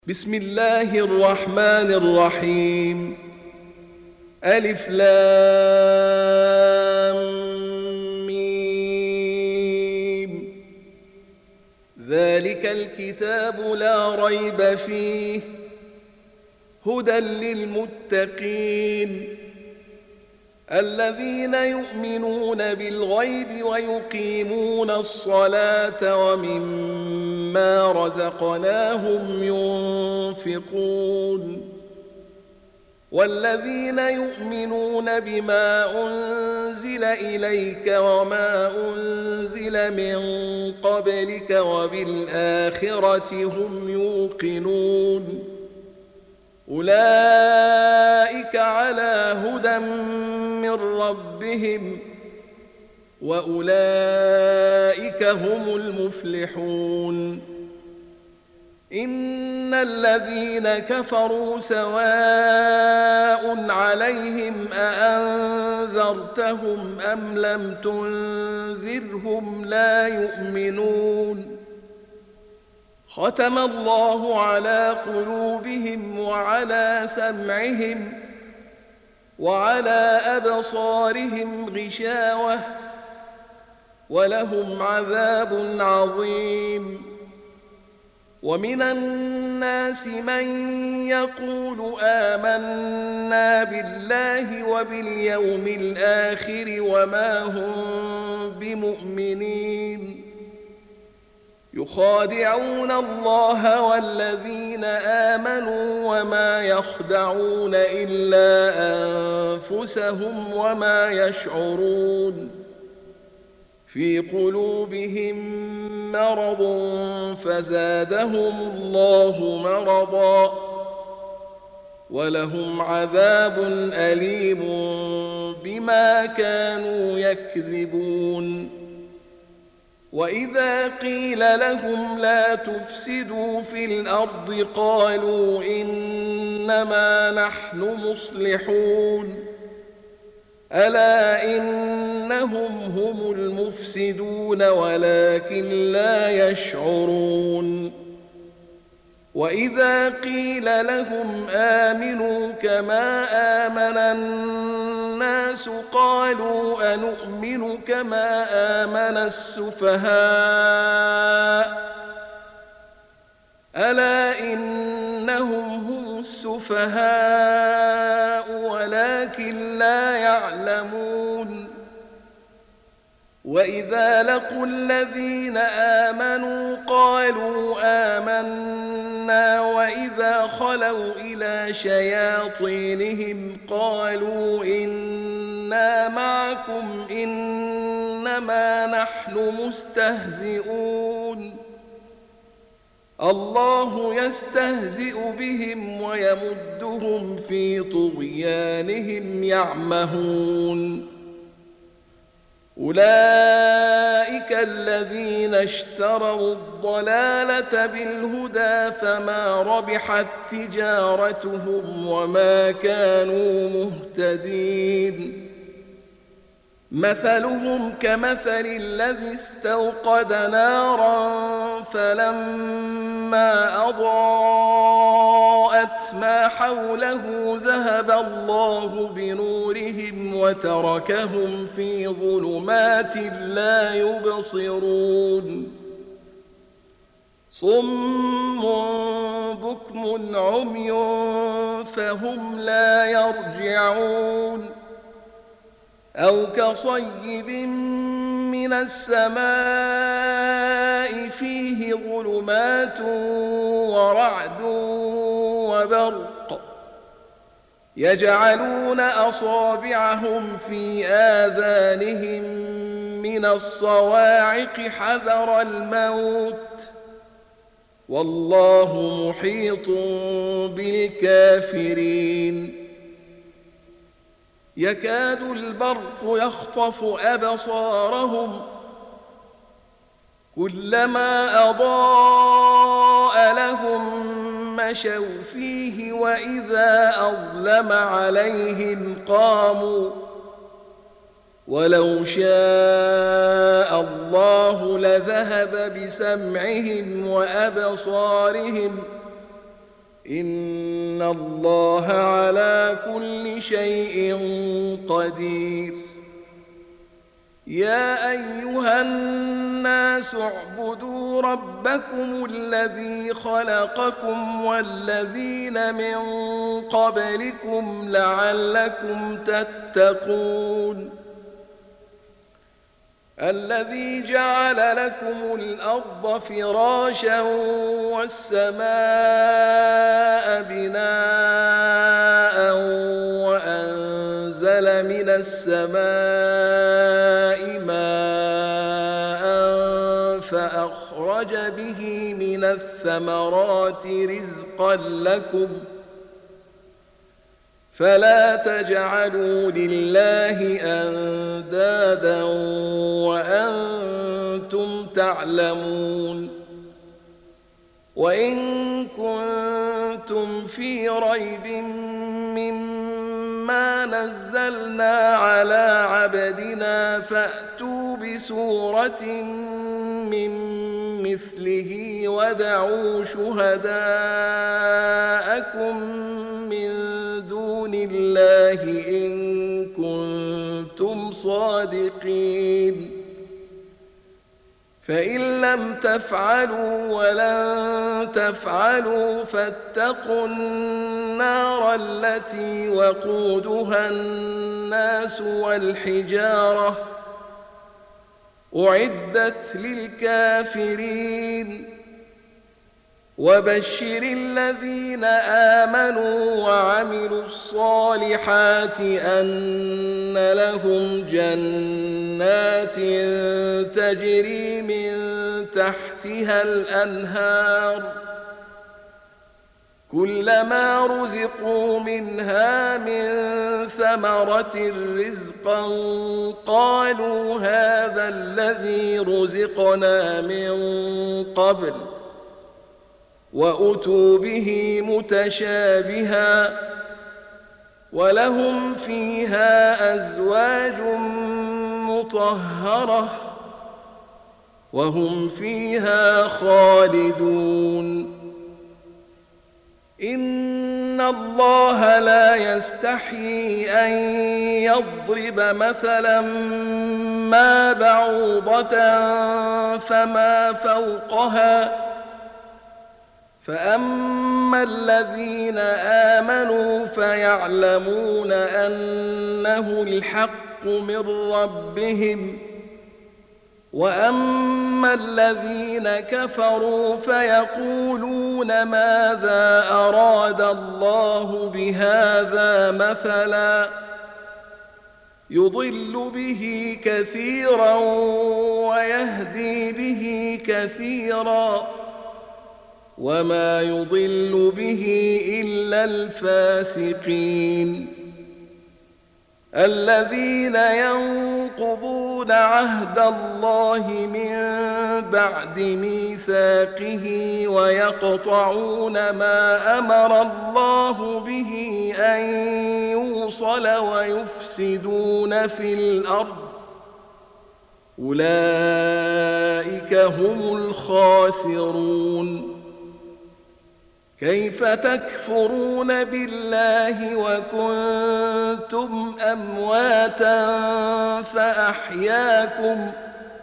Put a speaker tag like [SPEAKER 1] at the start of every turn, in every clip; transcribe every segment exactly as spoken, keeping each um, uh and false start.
[SPEAKER 1] بسم الله الرحمن الرحيم. ألف لام ميم. ذلك الكتاب لا ريب فيه هدى للمتقين الذين يؤمنون بالغيب ويقيمون الصلاة ومما رزقناهم ينفقون والذين يؤمنون بما أنزل إليك وما أنزل من قبلك وبالآخرة هم يوقنون أولئك على هدى من ربهم وأولئك هم المفلحون. إن الذين كفروا سواء عليهم أأنذرتهم أم لم تنذرهم لا يؤمنون. ختم الله على قلوبهم وعلى سمعهم وعلى أبصارهم غشاوة ولهم عذاب عظيم. ومن الناس من يقول آمنا بالله وباليوم الآخر وما هم بمؤمنين يخادعون الله والذين آمنوا وما يخدعون إلا أنفسهم وما يشعرون. في قلوبهم مرض فزادهم الله مرضا ولهم عذاب أليم بما كانوا يكذبون. وإذا قيل لهم لا تفسدوا في الأرض قالوا إنما نحن مصلحون ألا إنهم هم المفسدون ولكن لا يشعرون. وإذا قيل لهم آمنوا كما آمن الناس قالوا أنؤمن كما آمن السفهاء ألا إنهم هم السفهاء ولكن لا يعلمون. وإذا لقوا الذين آمنوا قالوا آمنا وإذا خلوا إلى شياطينهم قالوا إنا معكم إنما نحن مستهزئون الله يستهزئ بهم ويمدهم في طغيانهم يعمهون. أولئك الذين اشتروا الضلالة بالهدى فما ربحت تجارتهم وما كانوا مهتدين. مثلهم كمثل الذي استوقد نارا فلما أضاءت ما حوله ذهب الله بنورهم وتركهم في ظلمات لا يبصرون. صم بكم عمي فهم لا يرجعون. أو كصيب من السماء فيه ظلمات ورعد وبرق يجعلون أصابعهم في آذانهم من الصواعق حذر الموت والله محيط بالكافرين. يكاد البرق يخطف أبصارهم كلما أضاء لهم مشوا فيه وإذا أظلم عليهم قاموا ولو شاء الله لذهب بسمعهم وأبصارهم إن الله على كل شيء قدير. يا أيها الناس اعبدوا ربكم الذي خلقكم والذين من قبلكم لعلكم تتقون. الذي جعل لكم الأرض فراشا والسماء بناء وأنزل من السماء ماء فأخرج به من الثمرات رزقا لكم فلا تجعلوا لله أندادا وأنتم تعلمون. وإن كنتم في ريب مما نزلنا على عبدنا فأتوا بسورة من مثله وادعوا شهداءكم من دون الله إن كنتم صادقين. فإن لم تفعلوا ولن تفعلوا فاتقوا النار التي وقودها الناس والحجارة أعدت للكافرين. وبشر الذين آمنوا وعملوا الصالحات أن لهم جنات تجري من تحتها الأنهار كلما رزقوا منها من ثمرة رزقا قالوا هذا الذي رزقنا من قبل وأتوا به متشابها ولهم فيها أزواج مطهرة وهم فيها خالدون. إن الله لا يستحيي أن يضرب مثلا ما بعوضة فما فوقها فأما الذين آمنوا فيعلمون أنه الحق من ربهم وأما الذين كفروا فيقولون ماذا أراد الله بهذا مثلا يضل به كثيرا ويهدي به كثيرا وما يضل به إلا الفاسقين الذين ينقضون عهد الله من بعد ميثاقه ويقطعون ما أمر الله به أن يوصل ويفسدون في الأرض أولئك هم الخاسرون. كيف تكفرون بالله وكنتم أمواتا فأحياكم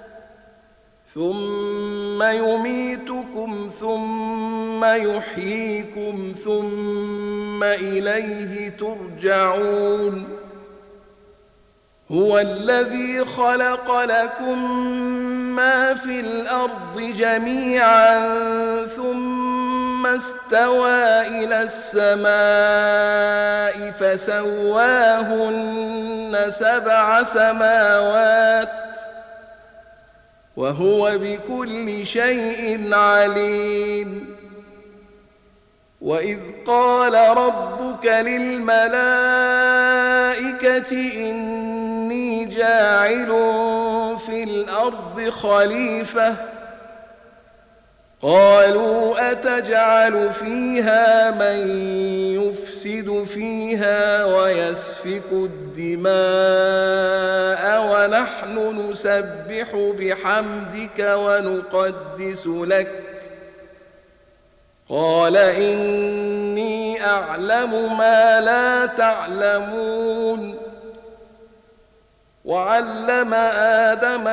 [SPEAKER 1] ثم يميتكم ثم يحييكم ثم إليه ترجعون. هو الذي خلق لكم ما في الأرض جميعا ثم استوى إلى السماء فسواهن سبع سماوات وهو بكل شيء عليم. وإذ قال ربك للملائكة إني جاعل في الأرض خليفة قالوا أتجعل فيها من يفسد فيها ويسفك الدماء ونحن نسبح بحمدك ونقدس لك قال إني يعلم ما لا تعلمون وعلم آدم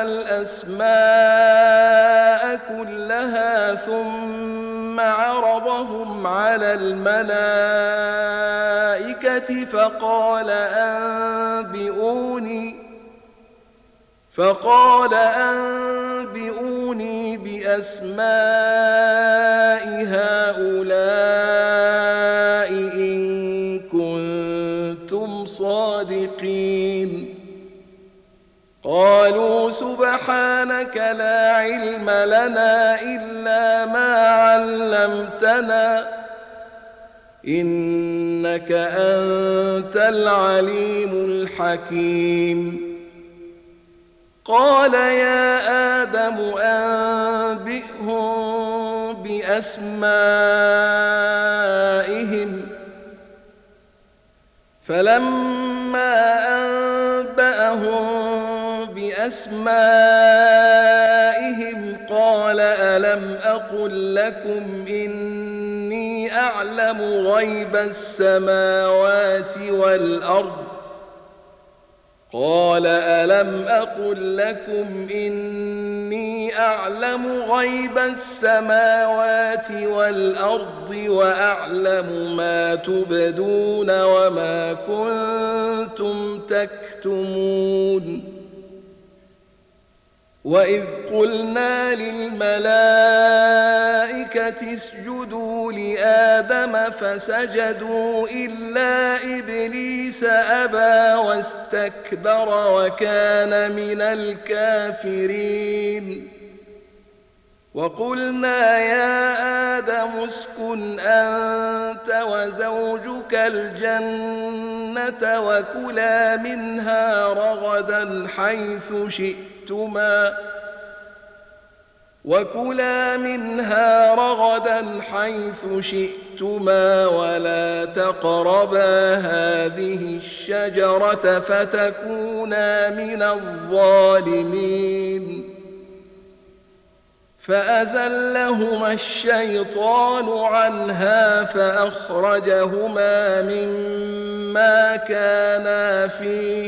[SPEAKER 1] الأسماء كلها ثم عرضهم على الملائكة فقال أنبئوني فقال أنبئوني بأسماء هؤلاء إن كنتم صادقين قالوا سبحانك لا علم لنا إلا ما علمتنا إنك أنت العليم الحكيم قال يا آدم أنبئهم بأسمائهم فلما أنبأهم بأسمائهم قال ألم أقل لكم إني أعلم غيب السماوات والأرض قال ألم أقل لكم إني أعلم غيب السماوات والأرض وأعلم ما تبدون وما كنتم تكتمون وإذ قلنا للملائكة اسجدوا لآدم فسجدوا إلا إبليس أبى واستكبر وكان من الكافرين وقلنا يا آدم اسكن أنت وزوجك الجنة وكلا منها رغدا حيث شئتما وكلا منها رغدا حيث شئتما ولا تقربا هذه الشجرة فتكونا من الظالمين فأزلهما الشيطان عنها فأخرجهما مما كانا فيه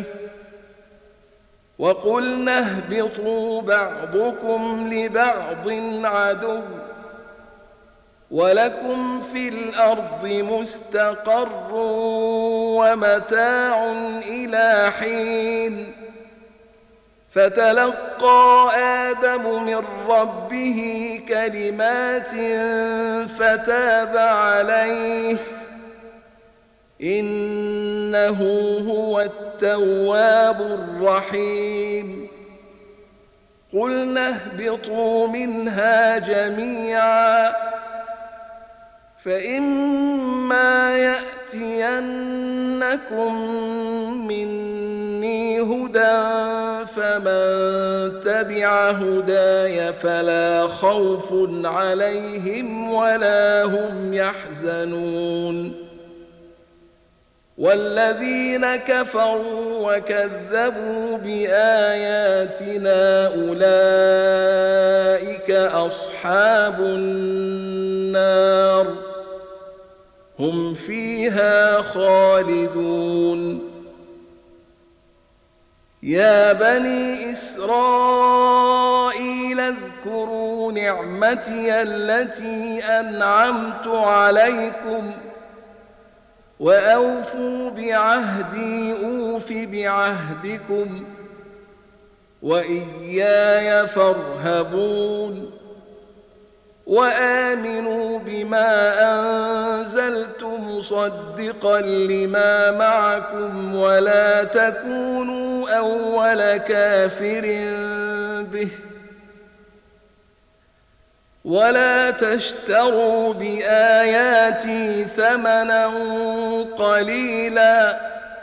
[SPEAKER 1] وقلنا اهبطوا بعضكم لبعض عدو ولكم في الأرض مستقر ومتاع إلى حين فتلقى آدم من ربه كلمات فتاب عليه إنه هو التواب الرحيم قلنا اهبطوا منها جميعا فإما يأتينكم مني هدى فمن تبع هداي فلا خوف عليهم ولا هم يحزنون والذين كفروا وكذبوا بآياتنا أولئك أصحاب النار هم فيها خالدون يا بني إسرائيل اذكروا نعمتي التي أنعمت عليكم وأوفوا بعهدي أوف بعهدكم وإياي فارهبون وآمنوا بما أنزلت مصدقا لما معكم ولا تكونوا أول كافر به ولا تشتروا بآياتي ثمنا قليلا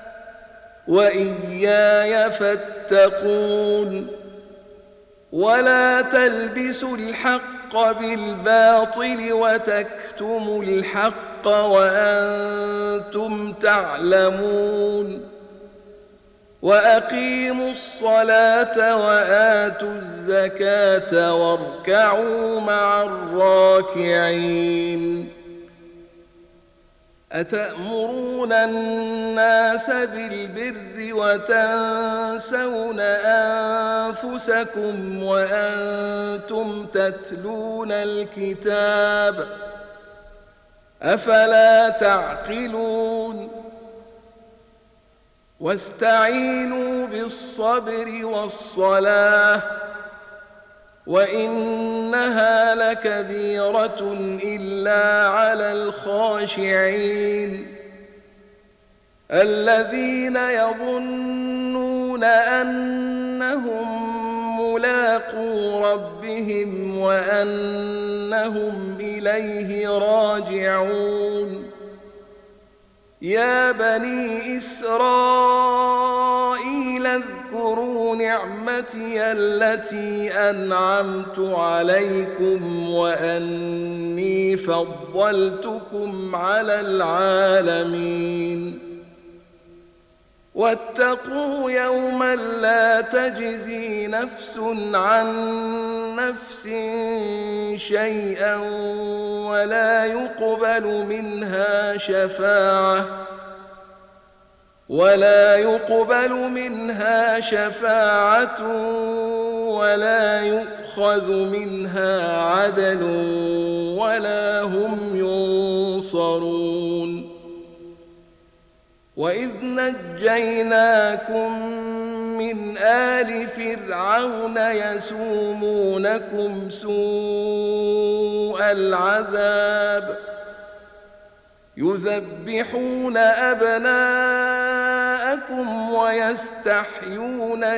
[SPEAKER 1] وإياي فاتقون ولا تلبسوا الحق بالباطل وتكتموا الحق وأنتم تعلمون وأقيموا الصلاة وآتوا الزكاة واركعوا مع الراكعين أتأمرون الناس بالبر وتنسون أنفسكم وأنتم تتلون الكتاب أفلا تعقلون واستعينوا بالصبر والصلاة وإنها لكبيرة إلا على الخاشعين الذين يظنون أنهم ملاقو ربهم وأنهم إليه راجعون يا بني إسرائيل اذكروا نعمتي التي أنعمت عليكم وأني فضلتكم على العالمين واتقوا يوما لا تجزي نفس عن نفس شيئا ولا يقبل منها شفاعة ولا يقبل منها شفاعة ولا يؤخذ منها عدل ولا هم ينصرون وإذ نجيناكم من آل فرعون يسومونكم سوء العذاب يذبحون أبناءكم ويستحيون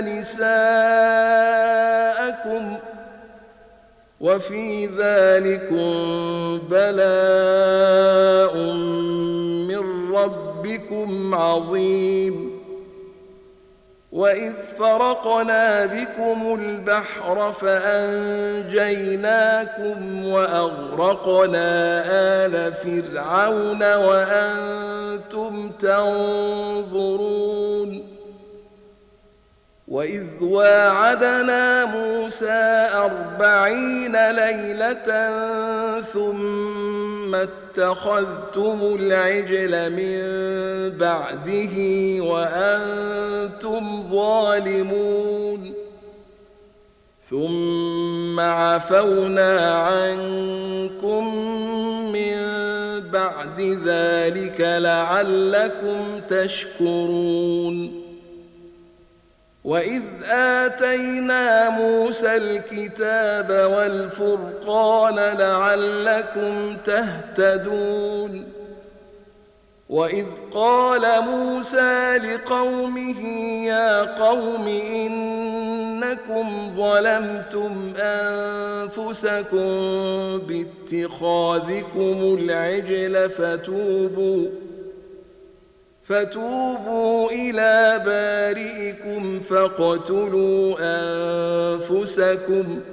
[SPEAKER 1] نساءكم وفي ذلكم بلاء من ربكم عظيم وإذ فرقنا بكم البحر فأنجيناكم وأغرقنا آل فرعون وأنتم تنظرون وإذ واعدنا موسى أربعين ليلة ثم اتخذتم العجل من بعده وأنتم ظالمون ثم عفونا عنكم من بعد ذلك لعلكم تشكرون وإذ آتينا موسى الكتاب والفرقان لعلكم تهتدون وإذ قال موسى لقومه يا قوم إنكم ظلمتم أنفسكم باتخاذكم العجل فتوبوا فتوبوا إلى بارئكم فاقتلوا أنفسكم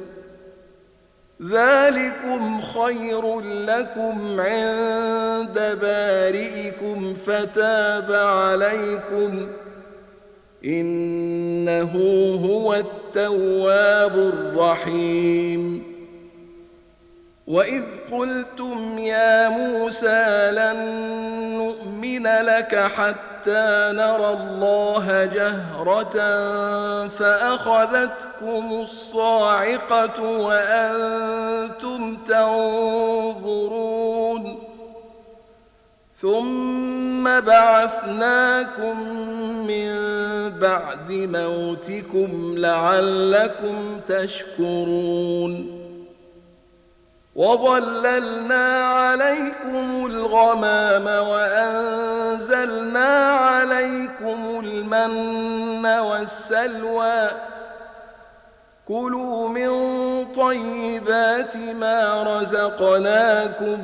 [SPEAKER 1] ذلكم خير لكم عند بارئكم فتاب عليكم إنه هو التواب الرحيم وإذ قلتم يا موسى لن نؤمن لك حتى نرى الله جهرة فأخذتكم الصاعقة وأنتم تنظرون ثم بعثناكم من بعد موتكم لعلكم تشكرون وظللنا عليكم الغمام وأنزلنا عليكم المن والسلوى كلوا من طيبات ما رزقناكم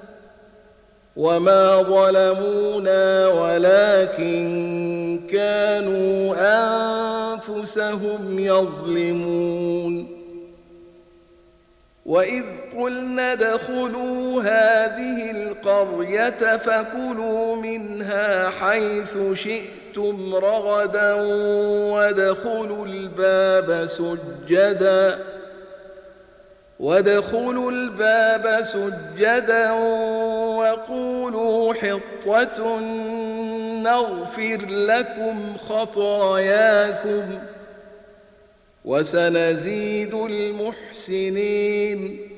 [SPEAKER 1] وما ظلمونا ولكن كانوا أنفسهم يظلمون وإذ قلنا ادخلوا هذه القرية فكلوا منها حيث شئتم رغدا وادخلوا الباب سجدا وادخلوا الباب سجدا وقولوا حطة نغفر لكم خطاياكم وسنزيد المحسنين.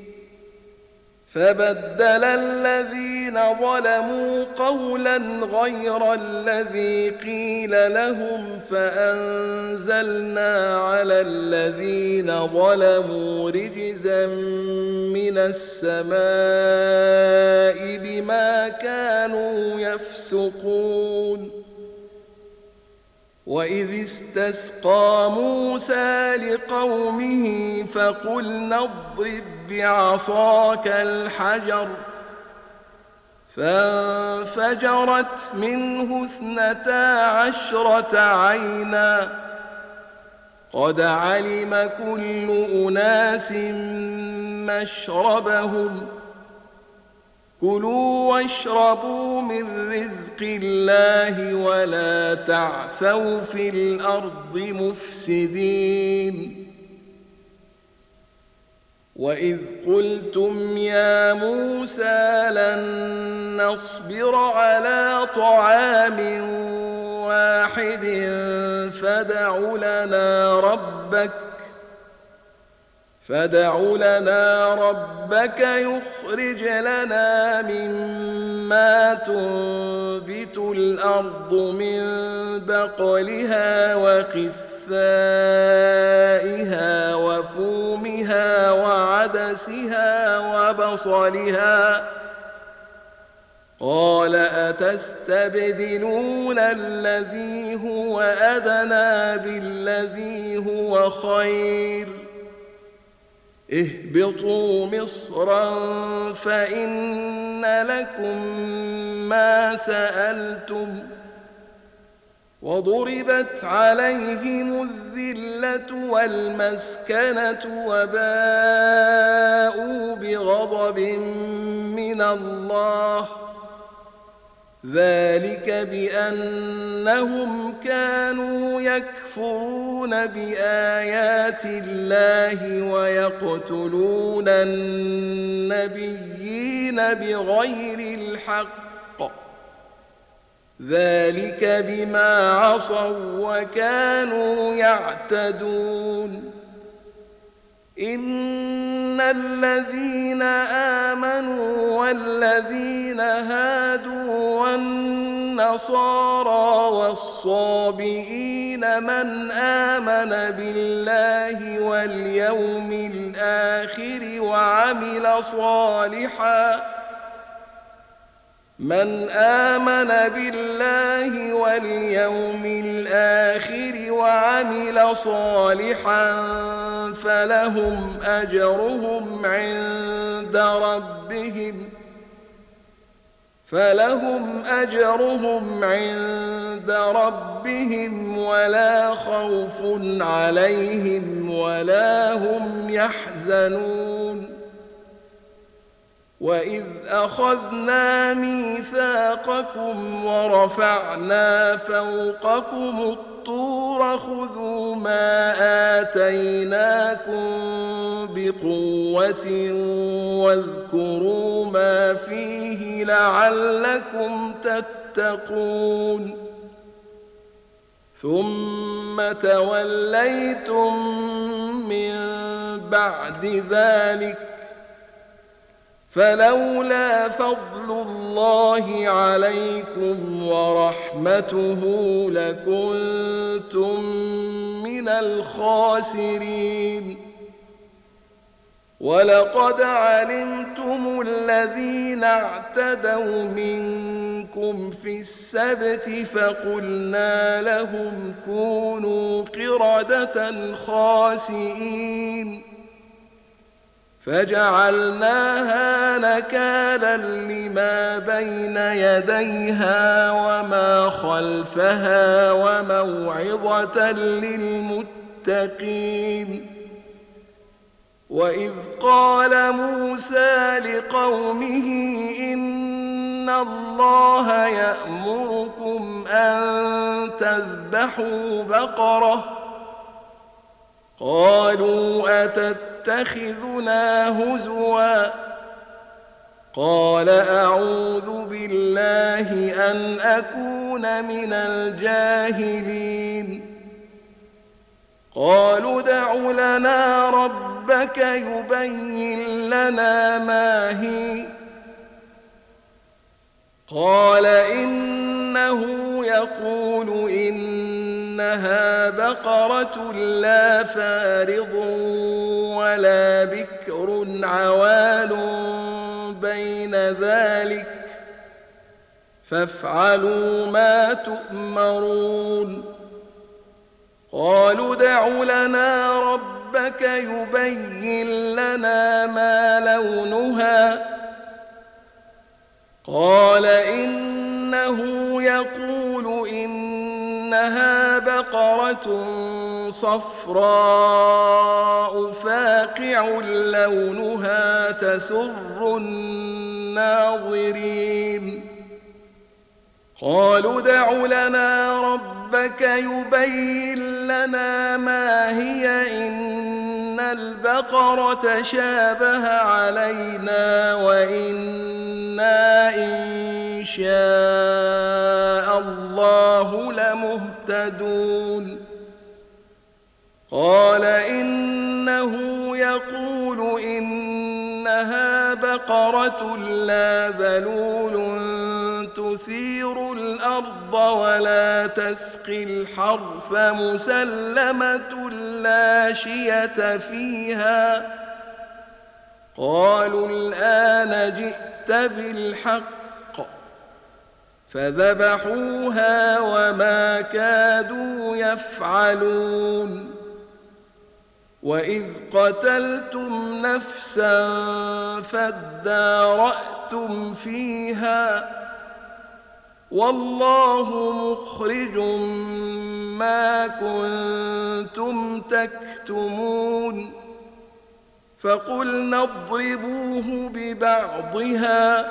[SPEAKER 1] فبدل الذين ظلموا قولا غير الذي قيل لهم فأنزلنا على الذين ظلموا رجزا من السماء بما كانوا يفسقون. وإذ استسقى موسى لقومه فقلنا اضرب بعصاك الحجر فانفجرت منه اثنتا عشرة عينا قد علم كل أناس مشربهم كلوا واشربوا من رزق الله ولا تعثوا في الأرض مفسدين. وإذ قلتم يا موسى لن نصبر على طعام واحد فادع لنا ربك فادع لنا ربك يخرج لنا مما تنبت الأرض من بقلها وقثائها وفومها وعدسها وبصلها قال أتستبدلون الذي هو أدنى بالذي هو خير اهبطوا مصرا فإن لكم ما سألتم وضربت عليهم الذلة والمسكنة وباءوا بغضب من الله ذلك بأنهم كانوا يكفرون بآيات الله ويقتلون النبيين بغير الحق ذلك بما عصوا وكانوا يعتدون. إن الذين آمنوا والذين هادوا والنصارى والصابئين من آمن بالله واليوم الآخر وعمل صالحا من آمن بالله واليوم الآخر وعمل صالحا فلهم أجرهم عند ربهم فلهم أجرهم عند ربهم ولا خوف عليهم ولا هم يحزنون. وإذ أخذنا ميثاقكم ورفعنا فوقكم الطور خذوا ما آتيناكم بقوة واذكروا ما فيه لعلكم تتقون. ثم توليتم من بعد ذلك فلولا فضل الله عليكم ورحمته لكنتم من الخاسرين. ولقد علمتم الذين اعتدوا منكم في السبت فقلنا لهم كونوا قردة خاسئين فجعلناها نكالا لما بين يديها وما خلفها وموعظة للمتقين. وإذ قال موسى لقومه إن الله يأمركم أن تذبحوا بقرة قالوا أتت أتتخذنا هزوا قال أعوذ بالله أن أكون من الجاهلين قالوا ادع لنا ربك يبين لنا ما هي قال إنه يقول إنها بقرة لا فارض ولا بكر عوان بين ذلك فافعلوا ما تؤمرون قالوا ادع لنا ربك يبين لنا ما لونها قال إنه يقول إنها بقرة صفراء فاقع لونها تسر الناظرين قالوا ادع لنا ربك يبين لنا ما هي إن البقرة شابه علينا وإنا إن شاء الله لمهتدون قال إنه يقول إنها بقرة لا ذلول تثير الأرض ولا تسقي الحرث مسلمة لا شية فيها قالوا الآن جئت بالحق فذبحوها وما كادوا يفعلون وإذ قتلتم نفسا فادارأتم فيها والله مخرج ما كنتم تكتمون فقلنا اضربوه ببعضها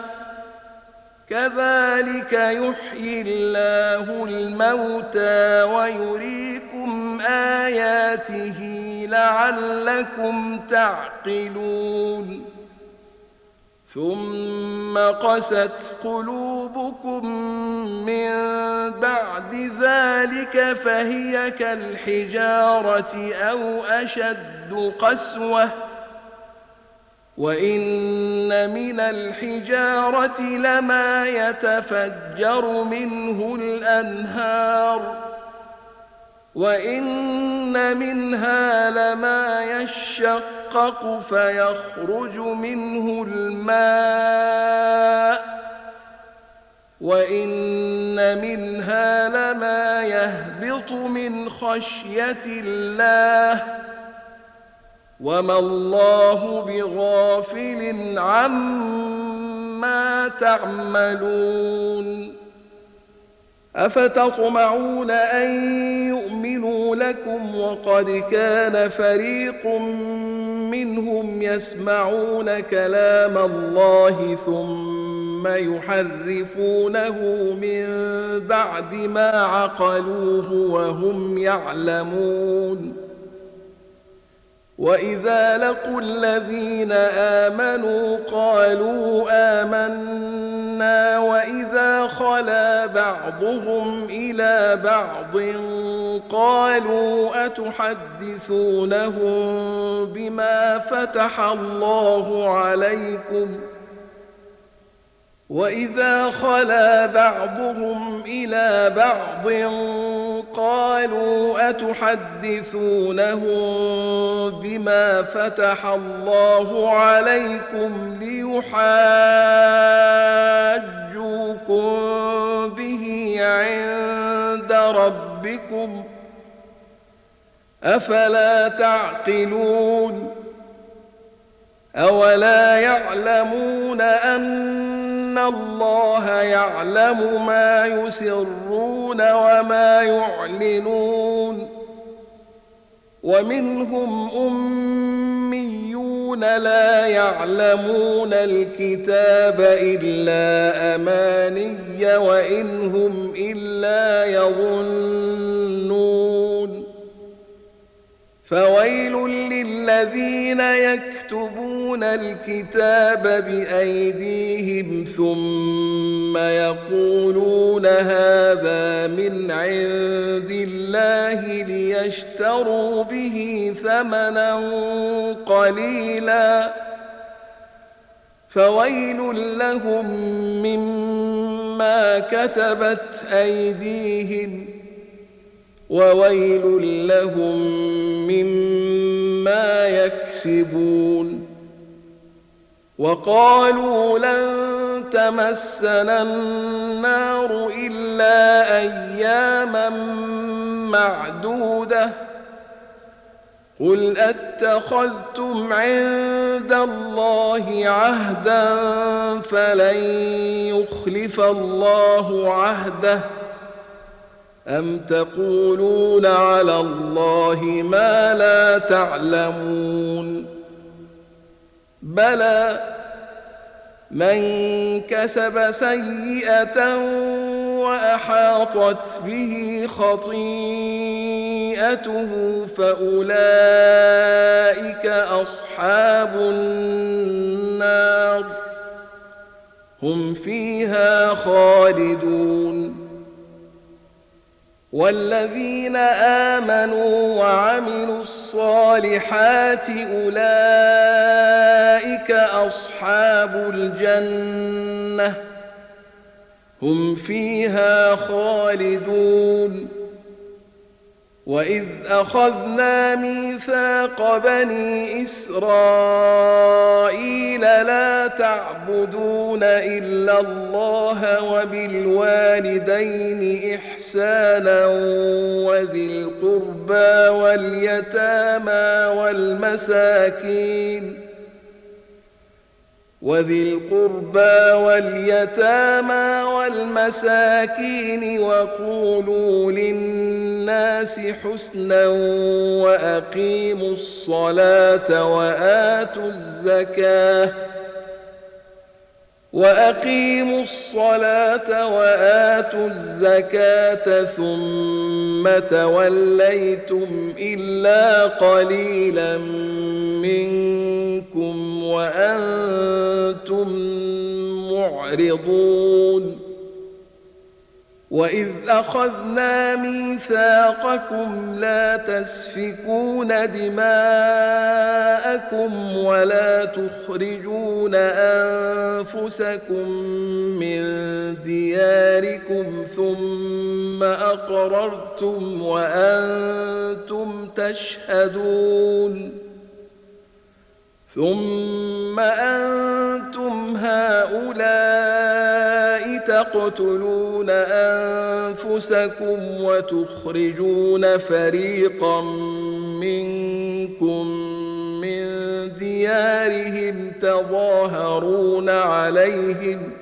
[SPEAKER 1] كذلك يحيي الله الموتى ويريكم آياته لعلكم تعقلون ثم قست قلوبكم من بعد ذلك فهي كالحجارة أو أشد قسوة وإن من الحجارة لما يتفجر منه الأنهار وإن منها لما يشقق فيخرج منه الماء وإن منها لما يهبط من خشية الله وما الله بغافل عما تعملون أفتطمعون أن يؤمنوا لكم وقد كان فريق منهم يسمعون كلام الله ثم يحرفونه من بعد ما عقلوه وهم يعلمون وإذا لقوا الذين آمنوا قالوا آمنا وإذا خلا بعضهم إلى بعض قالوا أتحدثونهم بما فتح الله عليكم وإذا خلا بعضهم إلى بعض قالوا أتحدثونهم بما فتح الله عليكم ليحاجوكم به عند ربكم أفلا تعقلون أولا يعلمون أن الله يعلم ما يسرون وما يعلنون ومنهم أميون لا يعلمون الكتاب إلا أماني وإن هم إلا يظنون فويل للذين يكتبون الكتاب بأيديهم ثم يقولون هذا من عند الله ليشتروا به ثمنا قليلا فويل لهم مما كتبت أيديهم وويل لهم مما يكسبون وقالوا لن تمسنا النار إلا أياما معدودة قل أتخذتم عند الله عهدا فلن يخلف الله عهده أم تقولون على الله ما لا تعلمون بلى من كسب سيئة وأحاطت به خطيئته فأولئك أصحاب النار هم فيها خالدون والذين آمنوا وعملوا الصالحات أولئك أصحاب الجنة هم فيها خالدون وإذ أخذنا ميثاق بني إسرائيل لا تعبدون إلا الله وبالوالدين إحسانا وذي القربى واليتامى والمساكين وذي القربى واليتامى والمساكين وقولوا للناس حسنا وأقيموا الصلاة وآتوا الزكاة وأقيموا الصلاة وآتوا الزكاة ثم توليتم إلا قليلا منكم وأنتم معرضون وإذ أخذنا ميثاقكم لا تسفكون دماءكم ولا تخرجون أنفسكم من دياركم ثم أقررتم وأنتم تشهدون ثم أنتم هؤلاء تقتلون أنفسكم وتخرجون فريقا منكم من ديارهم تظاهرون عليهم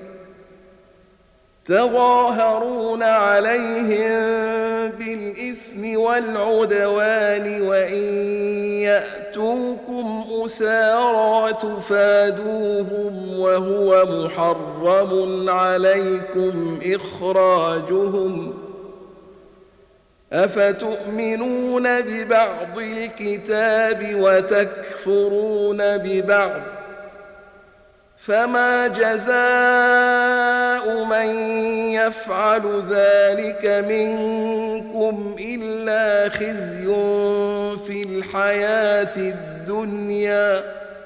[SPEAKER 1] تظاهرون عليهم بالإثم والعدوان وإن يأتوكم أسارى تفادوهم وهو محرم عليكم إخراجهم أفتؤمنون ببعض الكتاب وتكفرون ببعض فما جزاء من يفعل ذلك منكم إلا خزي في الحياة الدنيا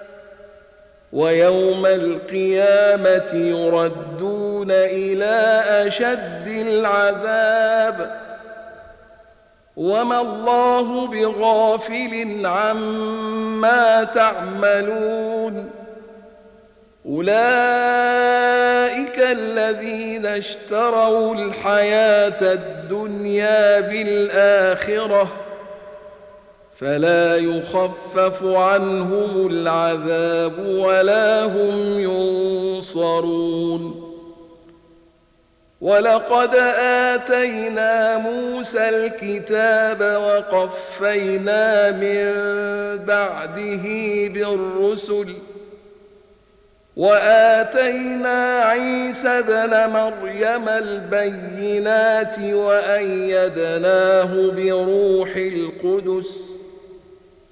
[SPEAKER 1] ويوم القيامة يردون إلى أشد العذاب وما الله بغافل عما تعملون أولئك الذين اشتروا الحياة الدنيا بالآخرة فلا يخفف عنهم العذاب ولا هم ينصرون ولقد آتينا موسى الكتاب وقفينا من بعده بالرسل وآتينا عيسى ابن مريم البينات وأيدناه بروح القدس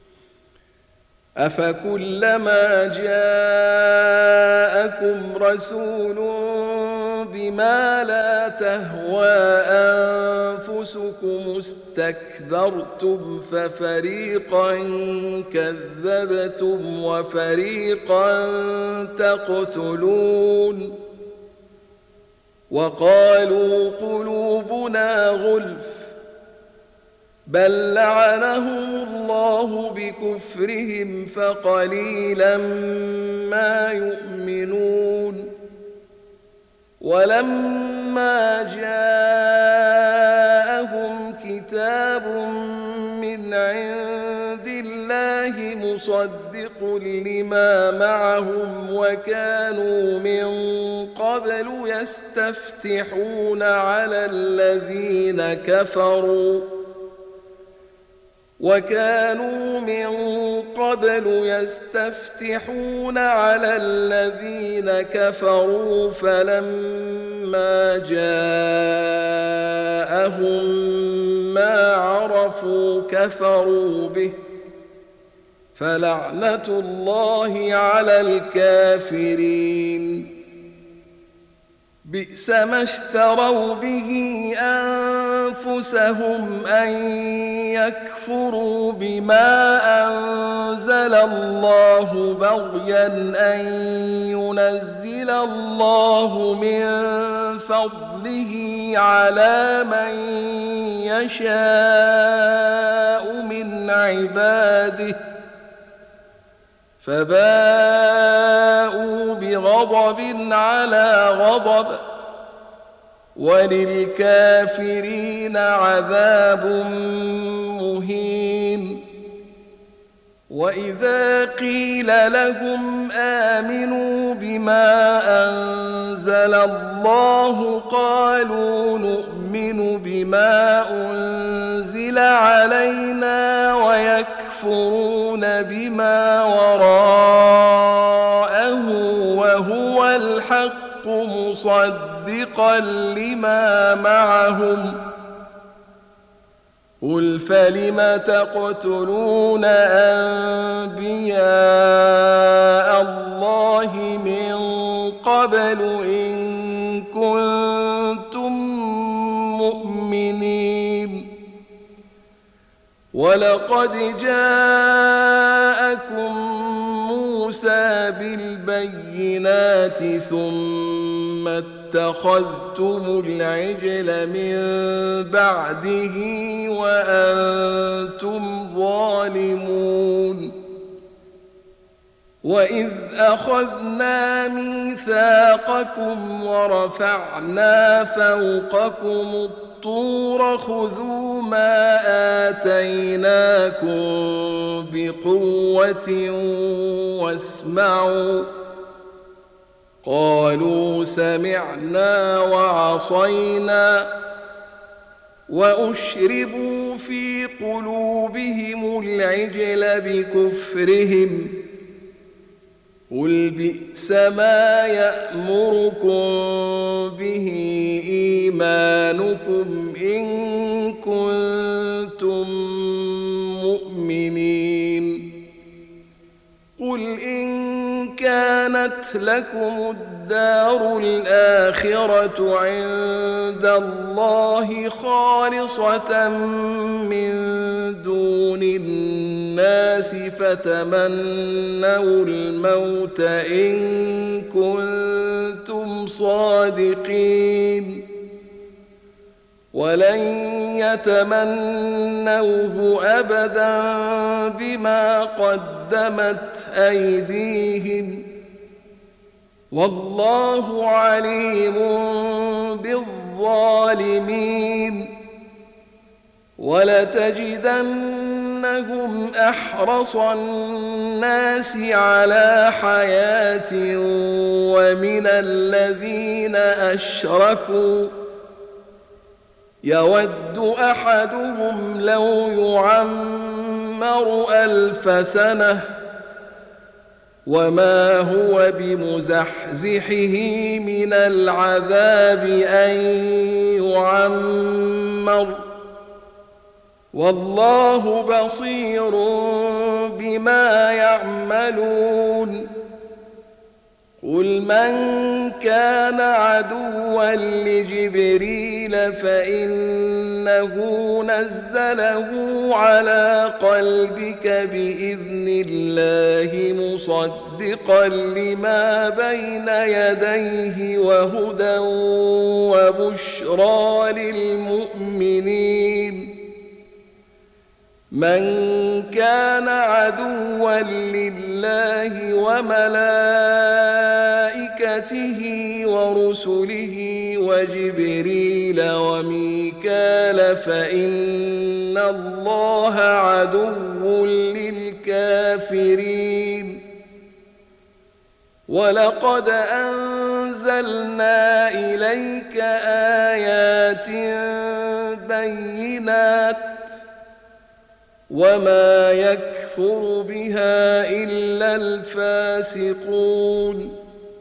[SPEAKER 1] أفكلما جاءكم رسول بما لا تهوى أنفسكم استكبرتم ففريقا كذبتم وفريقا تقتلون وقالوا قلوبنا غلف بل لعنهم الله بكفرهم فقليلا ما يؤمنون ولما جاءهم كتاب من عند الله مصدق لما معهم وكانوا من قبل يستفتحون على الذين كفروا وكانوا من قبل يستفتحون على الذين كفروا فلما جاءهم ما عرفوا كفروا به فلعنة الله على الكافرين بئس ما اشتروا به أنفسهم أن يكفروا بما أنزل الله بغيا أن ينزل الله من فضله على من يشاء من عباده فباءوا بغضب على غضب وللكافرين عذاب مهين وإذا قيل لهم آمنوا بما أنزل الله قالوا نؤمن بما أنزل علينا ويكفرون بما وراءه وهو الحق مصدقا لما معهم قل فلم تقتلون أنبياء الله من قبل إن كنتم مؤمنين ولقد جاءكم موسى بالبينات ثم اتخذتم العجل من بعده وأنتم ظالمون وإذ أخذنا ميثاقكم ورفعنا فوقكم الطور خذوا ما آتيناكم بقوة واسمعوا قالوا سمعنا وعصينا وأشربوا في قلوبهم العجل بكفرهم قل بئس ما يأمركم به إيمانكم إن كنتم مؤمنين قل إن كانت لكم الدار الآخرة عند الله خالصة من دون الناس فتمنوا الموت إن كنتم صادقين ولن يتمنوه أبدا بما قدمت أيديهم والله عليم بالظالمين ولتجدنهم أحرص الناس على حياة ومن الذين أشركوا يود أحدهم لو يعمر ألف سنة وما هو بمزحزحه من العذاب أن يعمر والله بصير بما يعملون قل من كان عدوا لجبريل فإنه نزله على قلبك بإذن الله مصدقا لما بين يديه وهدى وبشرى للمؤمنين من كان عدوا لله وملائكته ورسله وجبريل وميكال فإن الله عدو للكافرين ولقد أنزلنا إليك آيات بينات وما يكفر بها إلا الفاسقون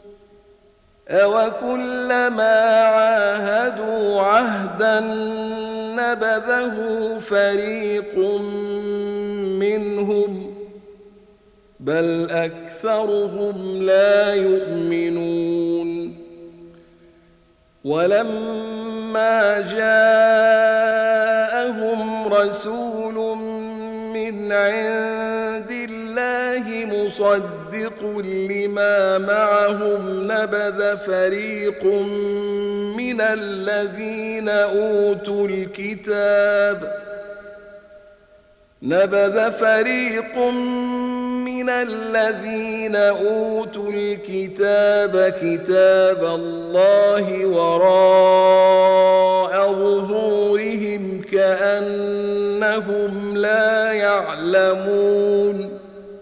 [SPEAKER 1] أوكلما عاهدوا عهدا نبذه فريق منهم بل أكثرهم لا يؤمنون ولما جاءهم رسول من عند الله مصدق لما معهم نبذ فريق من الذين أوتوا الكتاب نبذ فريق من الذين أوتوا الكتاب كتاب الله وراء ظهورهم كأنهم لا يعلمون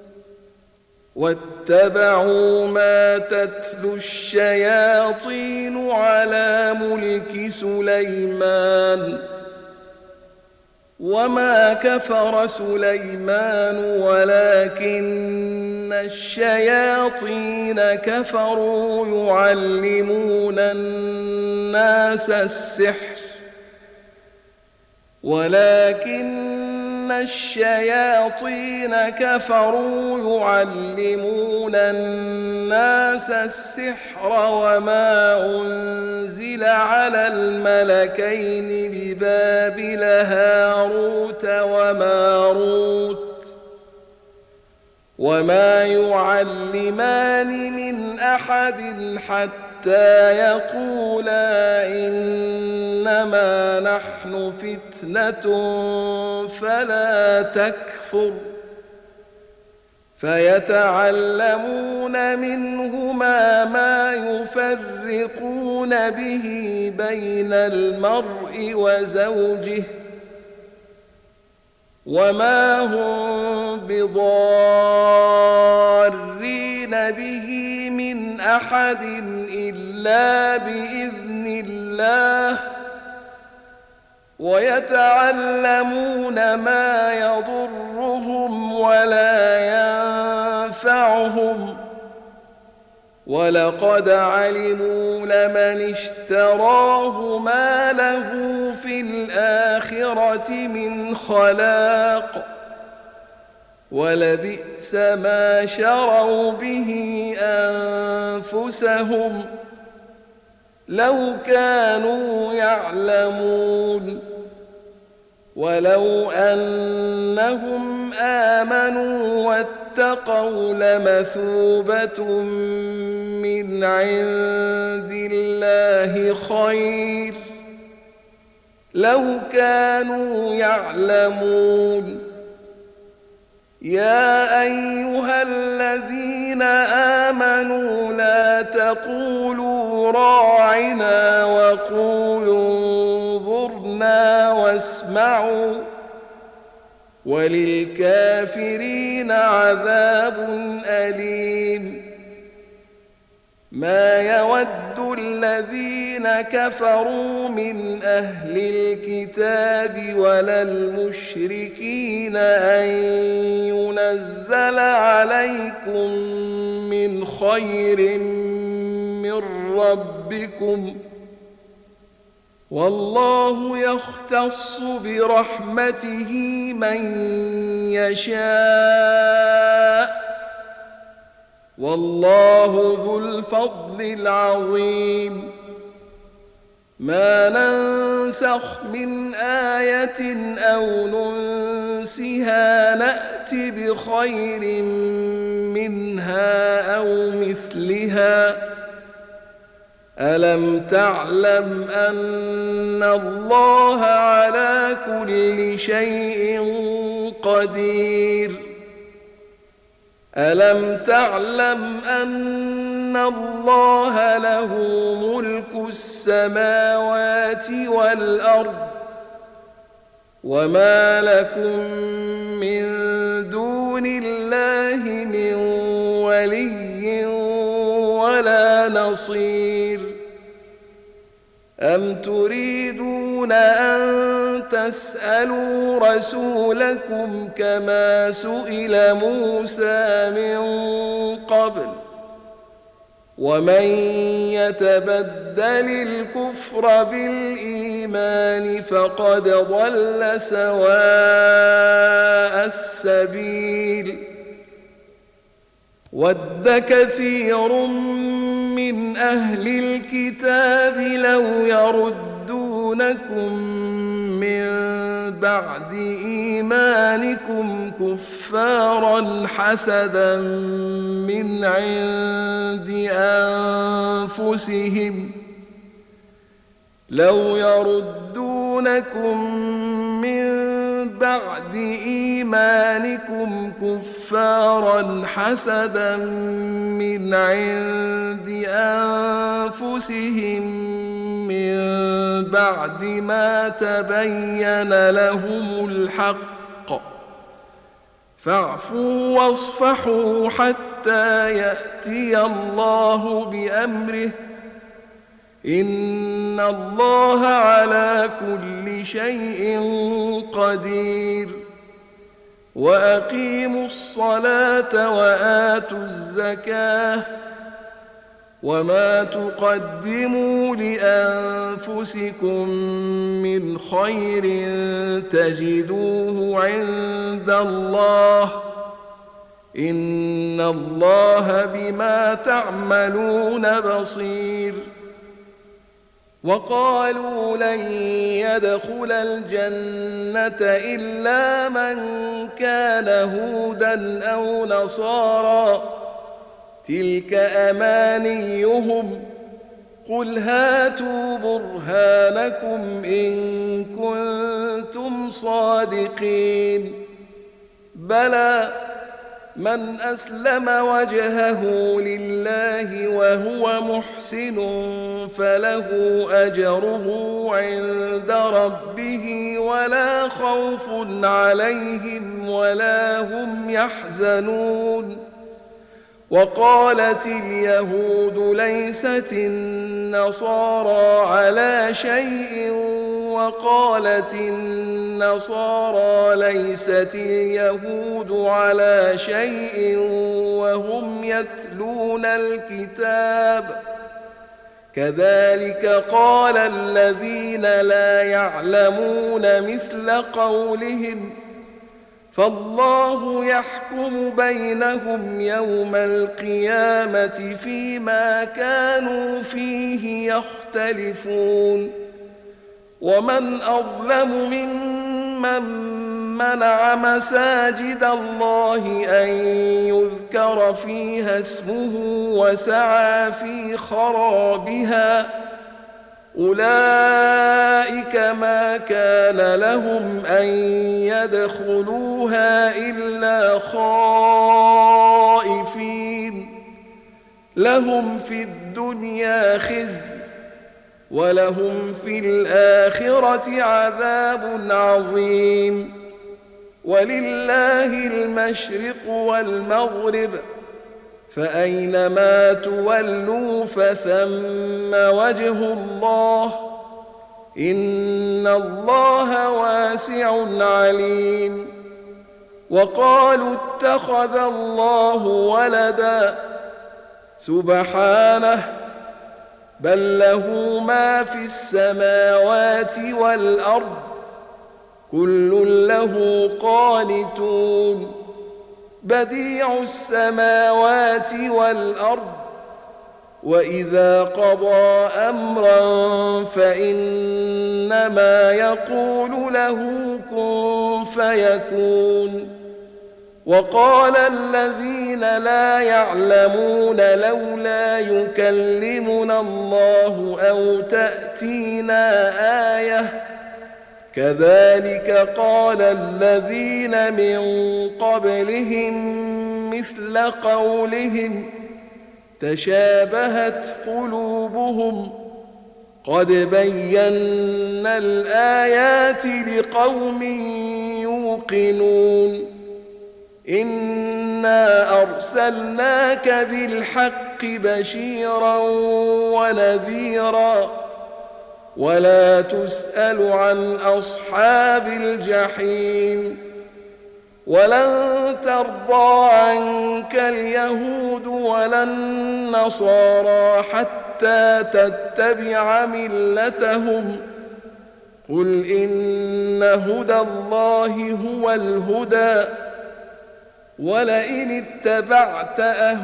[SPEAKER 1] واتبعوا ما تتلو الشياطين على ملك سليمان وما كفر سليمان ولكن الشياطين كفروا يعلمون الناس السحر ولكن الشياطين كفروا يعلمون الناس السحر وما أنزل على الملكين ببابل هاروت وماروت وما يعلمان من أحد حتى يقولا إنما نحن فتنة فلا تكفر فيتعلمون منهما ما يفرقون به بين المرء وزوجه وما هم بضارين به من أحد إلا بإذن الله ويتعلمون ما يضرهم ولا ينفعهم ولقد علموا لمن اشتراه ما له في الآخرة من خلاق ولبئس ما شروا به أنفسهم لو كانوا يعلمون ولو أنهم آمنوا واتقوا لمثوبة من عند الله خير لو كانوا يعلمون يا أيها الذين آمنوا لا تقولوا راعنا وقولوا انظرنا واسمعوا وللكافرين عذاب أليم ما يود الذين كفروا من أهل الكتاب ولا المشركين أن ينزل عليكم من خير من ربكم والله يختص برحمته من يشاء والله ذو الفضل العظيم ما ننسخ من آية أو ننسها نأت بخير منها أو مثلها ألم تعلم أن الله على كل شيء قدير ألم تعلم أن الله له ملك السماوات والأرض وما لكم من دون الله من ولي ولا نصير أم تريدون أن تسألوا رسولكم كما سئل موسى من قبل ومن يتبدل الكفر بالإيمان فقد ضل سواء السبيل ود كثير من أهل الكتاب لو يردونكم من بعد إيمانكم كفارا حسدا من عند أنفسهم لو يردونكم من بعد إيمانكم كفارا حسدا من عند أنفسهم من بعد ما تبين لهم الحق فاعفوا واصفحوا حتى يأتي الله بأمره إن الله على كل شيء قدير وأقيموا الصلاة وآتوا الزكاة وما تقدموا لأنفسكم من خير تجدوه عند الله إن الله بما تعملون بصير وقالوا لن يدخل الجنة إلا من كان هودا أو نصارى تلك أمانيهم قل هاتوا برهانكم إن كنتم صادقين بلى من أسلم وجهه لله وهو محسن فله أجره عند ربه ولا خوف عليهم ولا هم يحزنون وقالت اليهود ليست النصارى على شيء وقالت النصارى ليست اليهود على شيء وهم يتلون الكتاب كذلك قال الذين لا يعلمون مثل قولهم فالله يحكم بينهم يوم القيامة فيما كانوا فيه يختلفون ومن أظلم ممن منع مساجد الله أن يذكر فيها اسمه وسعى في خرابها أولئك ما كان لهم أن يدخلوها إلا خائفين لهم في الدنيا خزي ولهم في الآخرة عذاب عظيم ولله المشرق والمغرب فأينما تولوا فثم وجه الله إن الله واسع عليم وقالوا اتخذ الله ولدا سبحانه بل له ما في السماوات والأرض كل له قانتون بديع السماوات والأرض وإذا قضى أمرا فإنما يقول له كن فيكون وقال الذين لا يعلمون لولا يكلمنا الله أو تأتينا آية كذلك قال الذين من قبلهم مثل قولهم تشابهت قلوبهم قد بينا الآيات لقوم يوقنون إنا أرسلناك بالحق بشيرا ونذيرا ولا تسأل عن أصحاب الجحيم ولن ترضى عنك اليهود ولا النصارى حتى تتبع ملتهم قل إن هدى الله هو الهدى ولئن اتبعت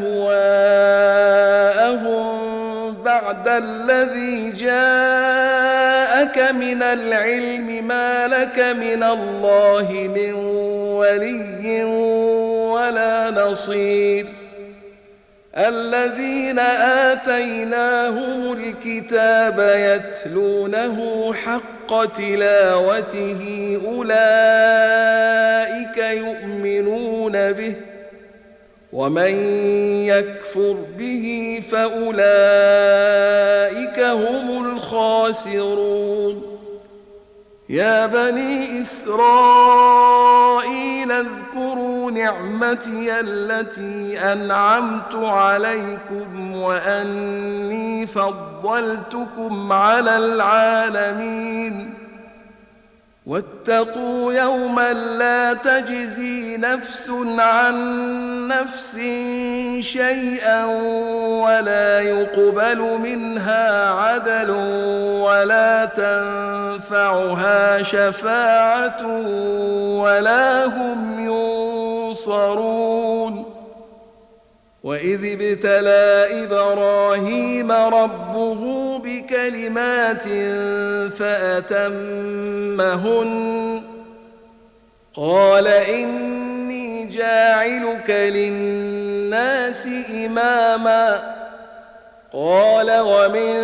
[SPEAKER 1] أهواءهم بعد الذي جاءك من العلم ما لك من الله من ولي ولا نصير الذين آتيناهم الكتاب يتلونه حق تلاوته أولئك يؤمنون به ومن يكفر به فأولئك هم الخاسرون يا بني إسرائيل اذكروا نعمتي التي أنعمت عليكم وأني فضلتكم على العالمين واتقوا يوما لا تجزي نفس عن نفس شيئا ولا يقبل منها عدل ولا تنفعها شفاعة ولا هم ينصرون وإذ ابتلى إبراهيم ربه بكلمات فأتمهن قال إني جاعلك للناس إماما قال ومن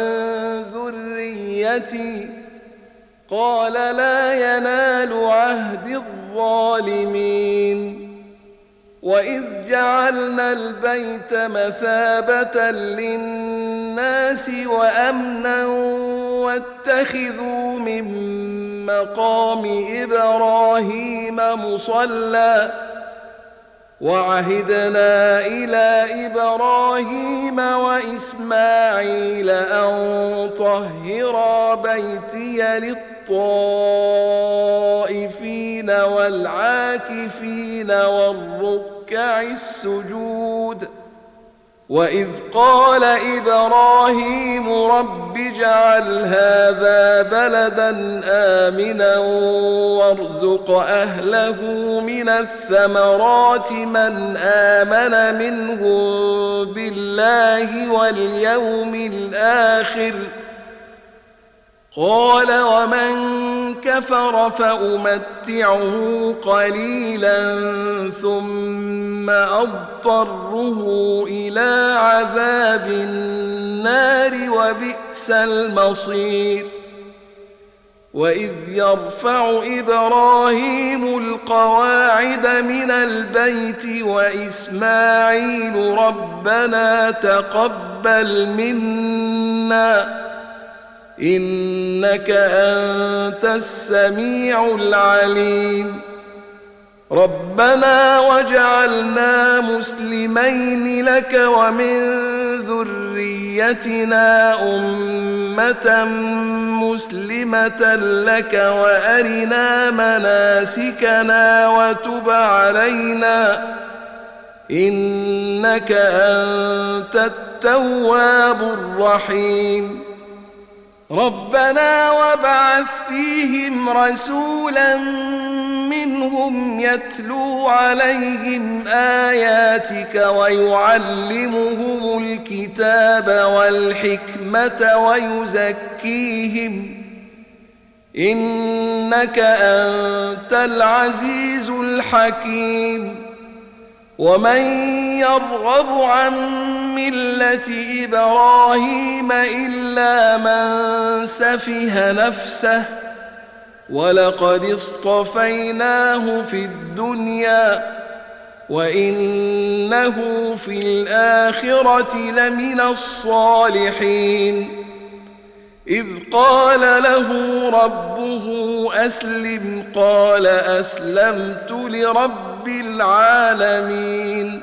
[SPEAKER 1] ذريتي قال لا ينال عهد الظالمين وإذ جعلنا البيت مثابة للناس وأمنا واتخذوا من مقام إبراهيم مصلى وعهدنا إلى إبراهيم وإسماعيل أن طهرا بيتي للطائفين والعاكفين والركع السجود وإذ قال إبراهيم رب اجعل هذا بلدا آمنا وارزق أهله من الثمرات من آمن منهم بالله واليوم الآخر قال ومن كفر فأمتعه قليلا ثم أضطره إلى عذاب النار وبئس المصير وإذ يرفع إبراهيم القواعد من البيت وإسماعيل ربنا تقبل منا إنك أنت السميع العليم ربنا واجعلنا مسلمين لك ومن ذريتنا أمة مسلمة لك وأرنا مناسكنا وتب علينا إنك أنت التواب التواب الرحيم ربنا وابعث فيهم رسولا منهم يتلو عليهم آياتك ويعلمهم الكتاب والحكمة ويزكيهم إنك أنت العزيز الحكيم ومن يرغب عن ملة إبراهيم إلا من سفه نفسه ولقد اصطفيناه في الدنيا وإنه في الآخرة لمن الصالحين إذ قال له ربه أسلم قال أسلمت لرب العالمين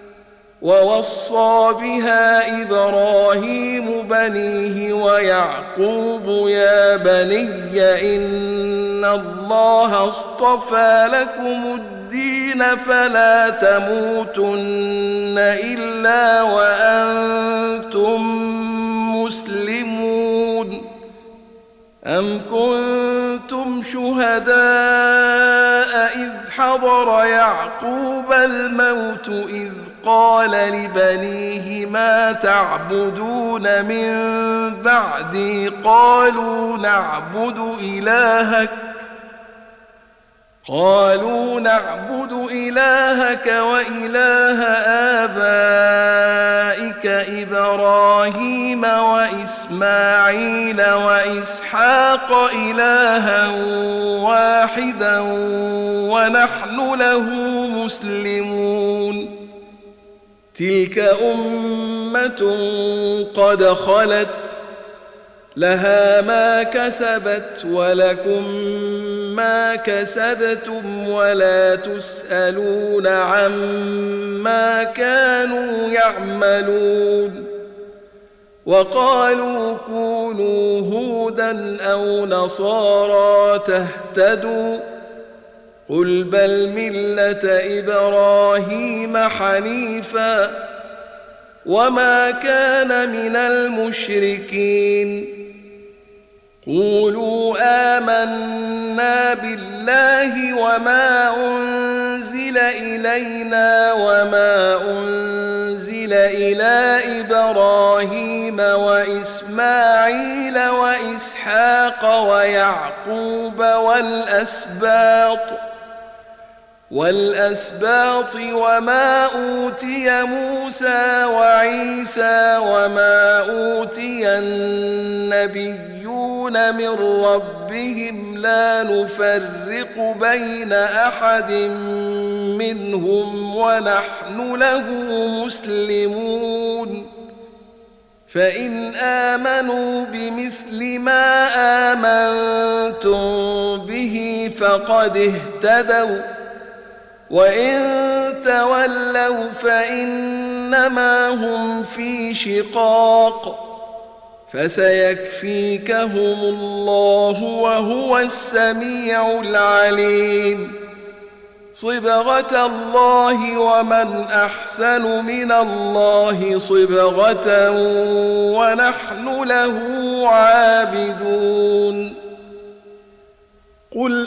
[SPEAKER 1] ووصى بها إبراهيم بنيه ويعقوب يا بني إن الله اصطفى لكم الدين فلا تموتن إلا وأنتم مسلمون أم كنتم شهداء إذ حضر يعقوب الموت إذ قال لبنيه ما تعبدون من بعدي قالوا نعبد إلهك قالوا نعبد إلهك وإله آبائك إبراهيم وإسماعيل وإسحاق إلها واحدا ونحن له مسلمون تلك أمة قد خلت لها ما كسبت ولكم ما كسبتم ولا تسألون عما كانوا يعملون وقالوا كونوا هودا أو نصارى تهتدوا قل بل ملة إبراهيم حنيفا وما كان من المشركين قولوا آمنا بالله وما أنزل إلينا وما أنزل إلى إبراهيم وإسماعيل وإسحاق ويعقوب والأسباط والأسباط وما أوتي موسى وعيسى وما أوتي النبيون من ربهم لا نفرق بين أحد منهم ونحن له مسلمون فإن آمنوا بمثل ما آمنتم به فقد اهتدوا وإن تولوا فإنما هم في شقاق فسيكفيكهم الله وهو السميع العليم صبغة الله ومن أحسن من الله صبغة ونحن له عابدون قل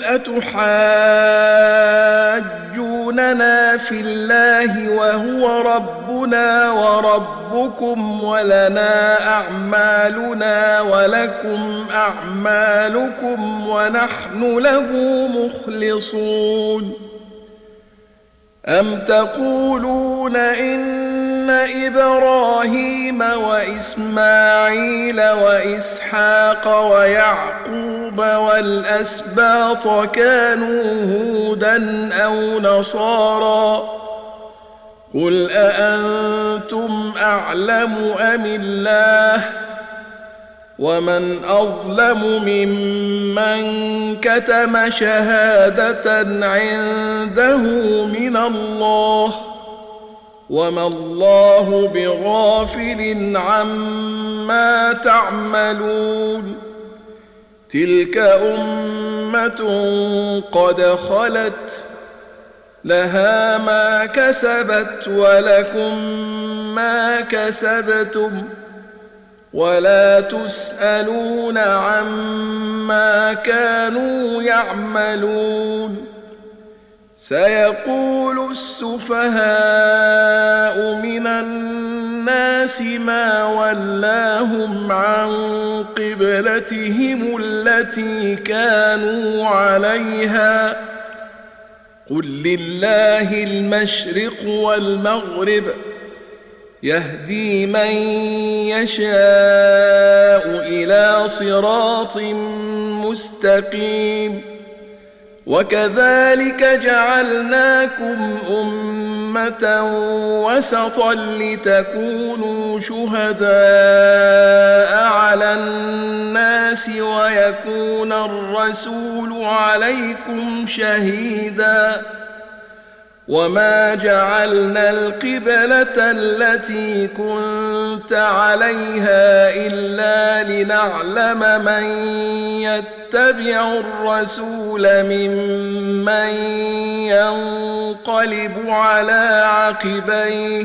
[SPEAKER 1] أتحاجوننا في الله وهو ربنا وربكم ولنا أعمالنا ولكم أعمالكم ونحن له مخلصون أم تقولون إن إبراهيم وإسماعيل وإسحاق ويعقوب والأسباط كانوا هودا أو نصارى قل أأنتم أعلم أم الله ومن أظلم ممن كتم شهادة عنده من الله وما الله بغافل عما تعملون تلك أمة قد خلت لها ما كسبت ولكم ما كسبتم ولا تسألون عما كانوا يعملون. سيقول السفهاء من الناس ما ولاهم عن قبلتهم التي كانوا عليها قل لله المشرق والمغرب يهدي من يشاء إلى صراط مستقيم. وكذلك جعلناكم أمة وسطا لتكونوا شهداء على الناس ويكون الرسول عليكم شهيدا. وما جعلنا القبلة التي كنت عليها إلا لنعلم من يتبع الرسول ممن ينقلب على عقبيه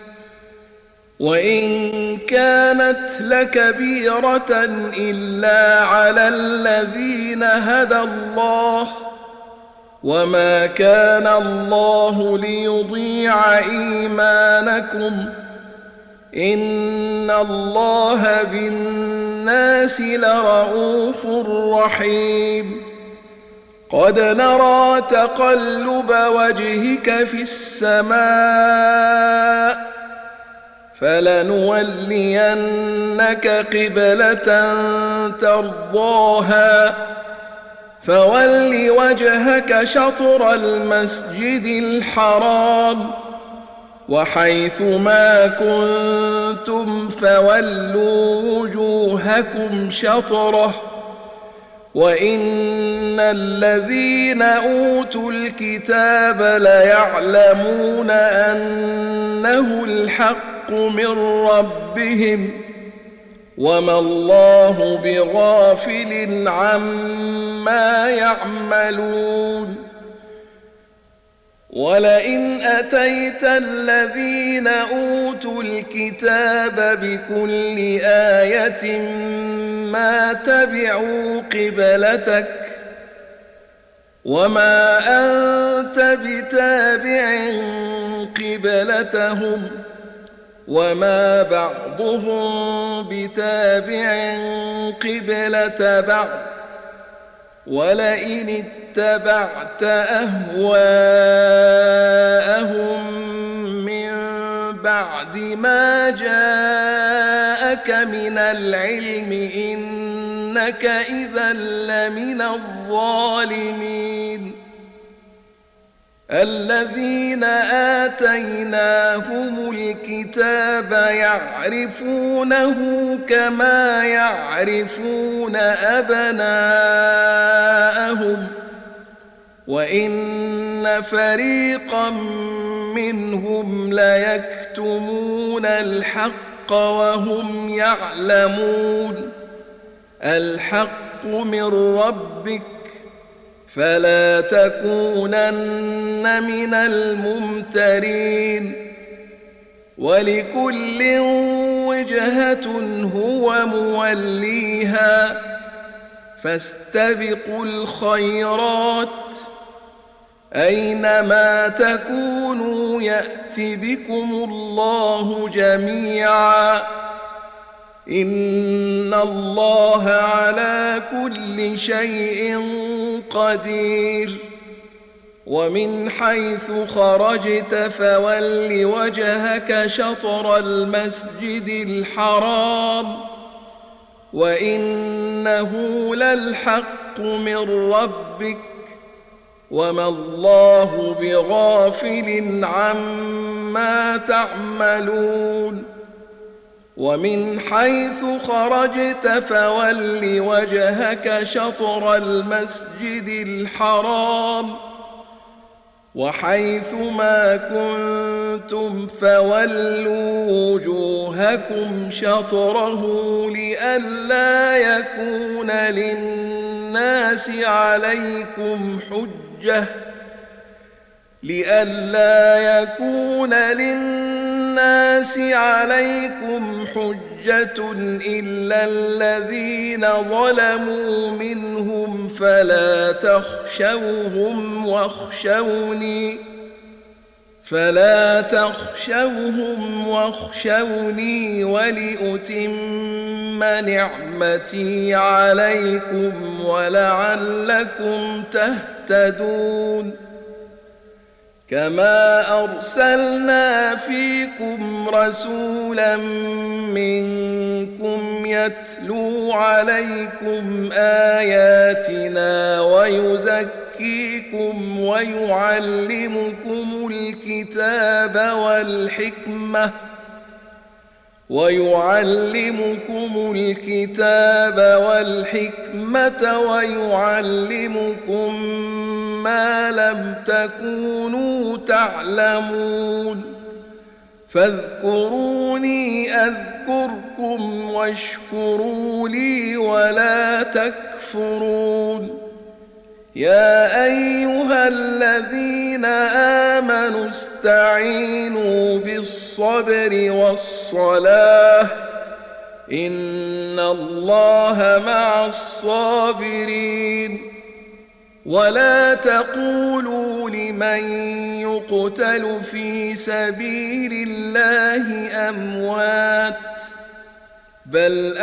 [SPEAKER 1] وإن كانت لكبيرة إلا على الذين هدى الله وما كان الله ليضيع إيمانكم إن الله بالناس لرءوف رحيم. قد نرى تقلب وجهك في السماء فلنولينك قبلة ترضاها فول وجهك شطر المسجد الحرام وحيث ما كنتم فولوا وجوهكم شطره وإن الذين أوتوا الكتاب ليعلمون أنه الحق من ربهم وما الله بغافل عما يعملون. ولئن أتيت الذين أوتوا الكتاب بكل آية ما تبعوا قبلتك وما أنت بتابع قبلتهم وما بعضهم بتابع قبلة بعض ولئن اتبعت أهواءهم من بعد ما جاءك من العلم إنك إذا لمن الظالمين. الذين آتيناهم الكتاب يعرفونه كما يعرفون أبناءهم وإن فريقا منهم ليكتمون الحق وهم يعلمون. الحق من ربك فلا تكونن من الممترين. ولكل وجهة هو موليها فاستبقوا الخيرات أينما تكونوا يأت بكم الله جميعا إن الله على كل شيء قدير. ومن حيث خرجت فول وجهك شطر المسجد الحرام وإنه للحق من ربك وما الله بغافل عما تعملون. ومن حيث خرجت فول وجهك شطر المسجد الحرام وحيث ما كنتم فولوا وجوهكم شطره لئلا يكون للناس عليكم حجة لئلا يكون للناس عليكم حجة إلا الذين ظلموا منهم فلا تخشوهم واخشوني فلا تخشوهم واخشوني ولأتم نعمتي عليكم ولعلكم تهتدون كما أرسلنا فيكم رسولا منكم يتلو عليكم آياتنا ويزكيكم ويعلمكم الكتاب والحكمة ويعلمكم الكتاب والحكمة ويعلمكم ما لم تكونوا تعلمون فاذكروني أذكركم واشكروا لي ولا تكفرون يا أيها الذين آمنوا استعينوا بالصبر والصلاة إن الله مع الصابرين ولا تقولوا لمن يقتل في سبيل الله أموات بل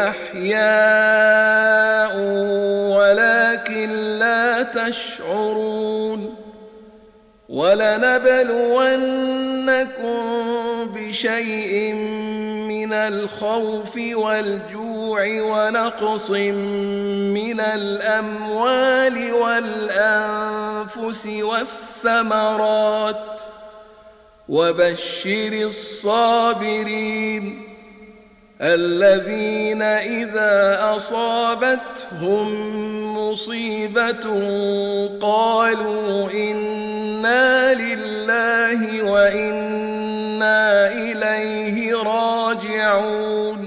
[SPEAKER 1] أحياء ولكن لا تشعرون ولنبلونكم بشيء من الخوف والجوع ونقص من الأموال والأنفس والثمرات وبشر الصابرين الذين إذا أصابتهم مصيبة قالوا إنا لله وإنا إليه راجعون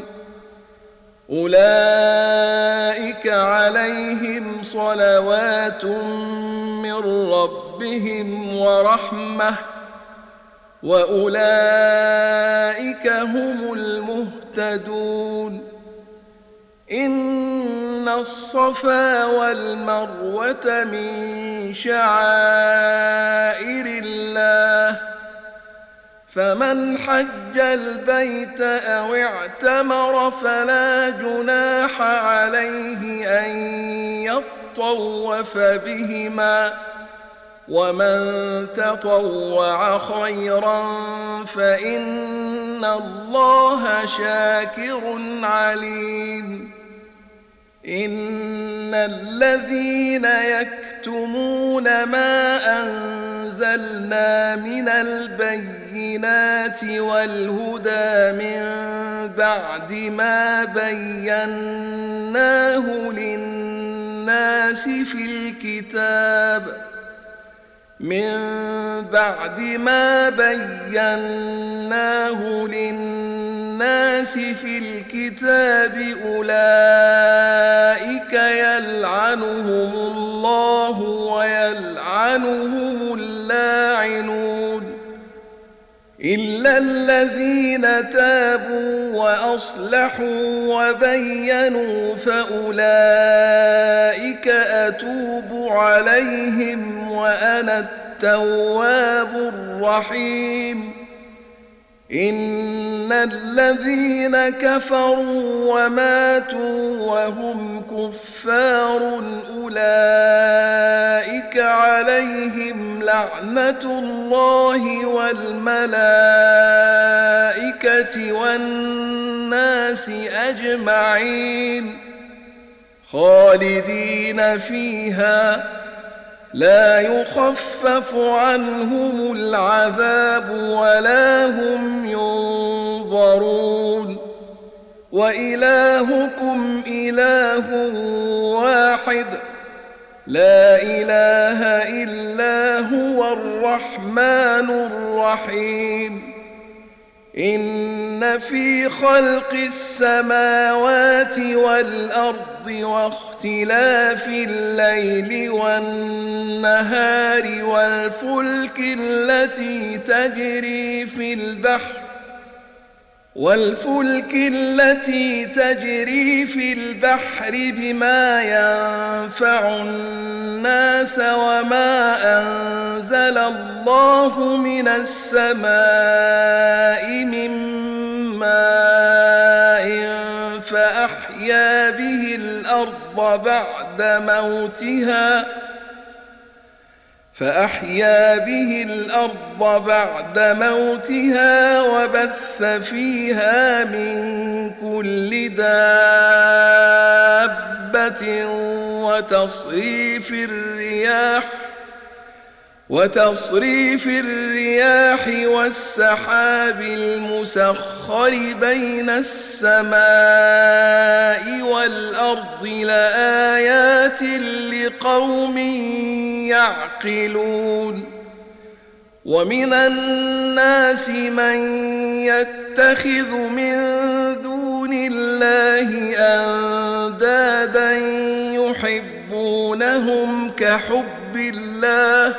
[SPEAKER 1] أولئك عليهم صلوات من ربهم ورحمة وأولئك هم المهتدون إن الصفا والمروة من شعائر الله فمن حج البيت أو اعتمر فلا جناح عليه أن يطوف بهما ومن تطوع خيرا فإن الله شاكر عليم إن الذين يكتمون ما أنزلنا من البينات والهدى من بعد ما بيناه للناس في الكتاب من بعد ما بيناه للناس في الكتاب أولئك يلعنهم الله ويلعنهم اللاعنون إلا الذين تابوا وأصلحوا وبينوا فأولئك أتوب عليهم وأنا التواب الرحيم إن الذين كفروا وماتوا وهم كفار أولئك عليهم لعنة الله والملائكة والناس أجمعين خالدين فيها لا يخفف عنهم العذاب ولا هم ينظرون وإلهكم إله واحد لا إله إلا هو الرحمن الرحيم إن في خلق السماوات والأرض واختلاف الليل والنهار والفلك التي تجري في البحر والفلك التي تجري في البحر بما ينفع الناس وما أنزل الله من السماء من ماء فأحيا به الأرض بعد موتها فأحيا به الأرض بعد موتها وبث فيها من كل دابة وتصريف الرياح وتصريف الرياح والسحاب المسخر بين السماء والأرض لآيات لقوم يعقلون ومن الناس من يتخذ من دون الله أندادا يحبونهم كحب الله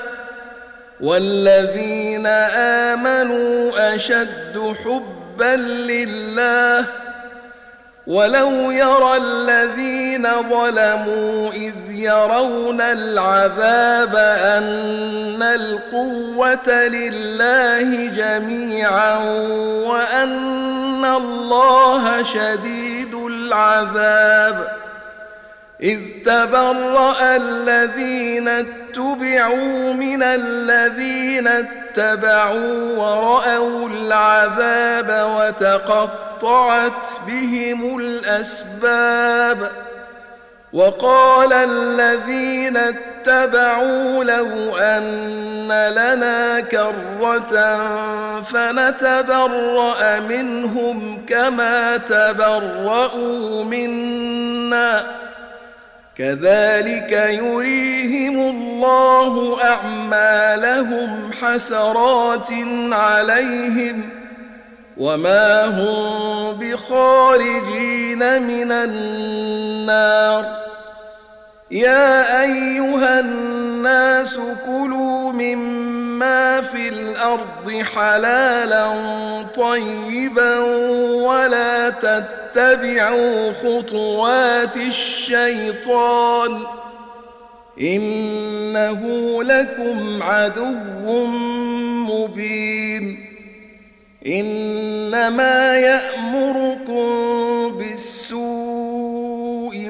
[SPEAKER 1] والذين آمنوا أشد حبا لله ولو يرى الذين ظلموا إذ يرون العذاب أن القوة لله جميعا وأن الله شديد العذاب إذ تبرأ الذين اتبعوا من الذين اتبعوا ورأوا العذاب وتقطعت بهم الأسباب وقال الذين اتبعوا لو أن لنا كرة فنتبرأ منهم كما تبرأوا منا كذلك يريهم الله أعمالهم حسرات عليهم وما هم بخارجين من النار يا أيها الناس كلوا مما في الأرض حلالا طيبا ولا تتبعوا خطوات الشيطان إنه لكم عدو مبين إنما يأمركم بالسوء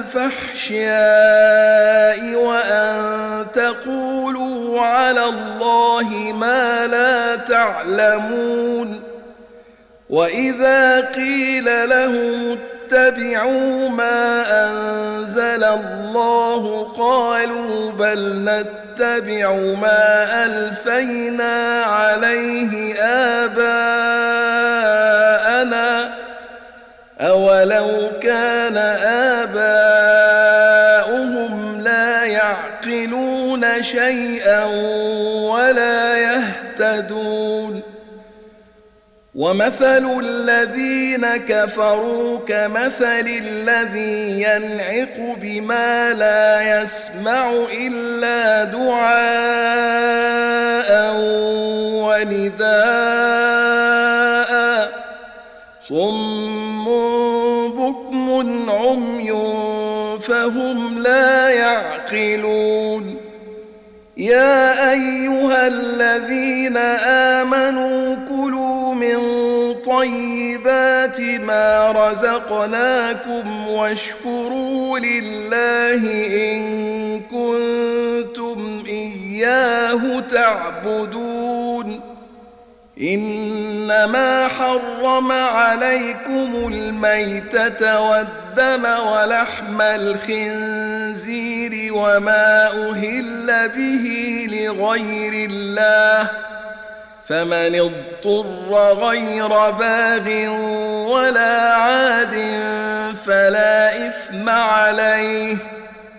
[SPEAKER 1] والفحشاء وأن تقولوا على الله ما لا تعلمون وإذا قيل لهم اتبعوا ما أنزل الله قالوا بل نتبع ما ألفينا عليه آباءنا أولو كان آباؤهم لا يعقلون شيئا ولا يهتدون ومثل الذين كفروا كمثل الذي ينعق بما لا يسمع إلا دعاء ونداء صم بكم عمي فهم لا يعقلون يا أيها الذين آمنوا كلوا من طيبات ما رزقناكم واشكروا لله إن كنتم إياه تعبدون إنما حرم عليكم الميتة والدم ولحم الخنزير وما أهل به لغير الله فمن اضطر غير باغ ولا عاد فلا إثم عليه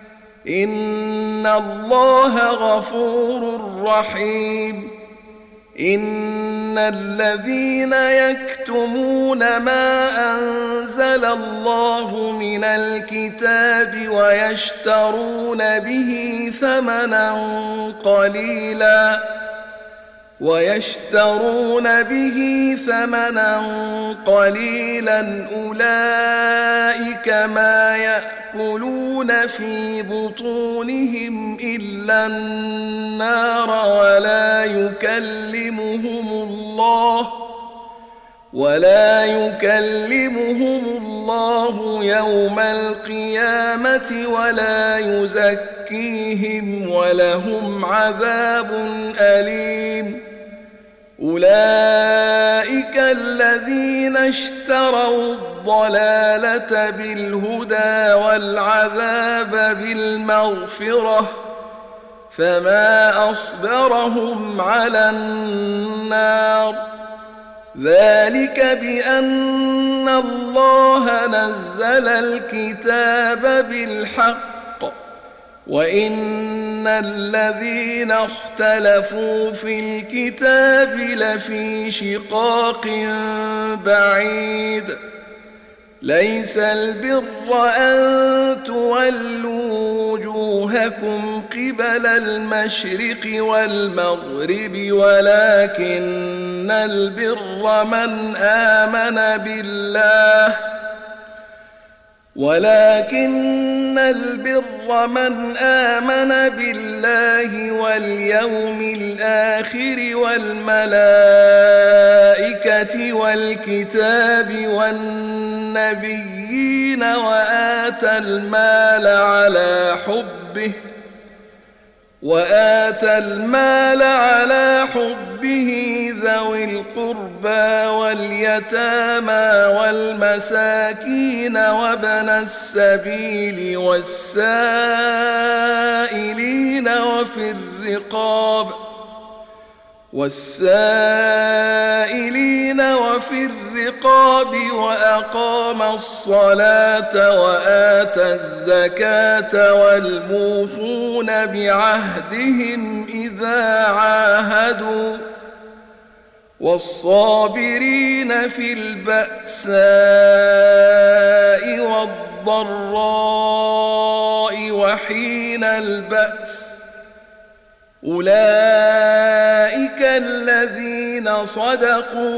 [SPEAKER 1] إن الله غفور رحيم إن الذين يكتمون ما أنزل الله من الكتاب ويشترون به ثمنا قليلا ويشترون به ثمنا قليلا أولئك ما يأكلون في بطونهم إلا النار ولا يكلمهم الله ولا يكلمهم الله يوم القيامة ولا يزكيهم ولهم عذاب أليم. أولئك الذين اشتروا الضلالة بالهدى والعذاب بالمغفرة فما أصبرهم على النار ذلك بأن الله نزل الكتاب بالحق وإن الذين اختلفوا في الكتاب لفي شقاق بعيد. ليس البر أن تولوا وجوهكم قبل المشرق والمغرب ولكن البر من آمن بالله ولكن البر من آمن بالله واليوم الآخر والملائكة والكتاب والنبيين وآتى المال على حبه وآتى المال على حبه ذوي القربى واليتامى والمساكين وابن السبيل والسائلين وفي الرقاب والسائلين وفي الرقاب وأقام الصلاة وآتى الزكاة والموفون بعهدهم إذا عاهدوا والصابرين في البأساء والضراء وحين البأس أولئك الذين صدقوا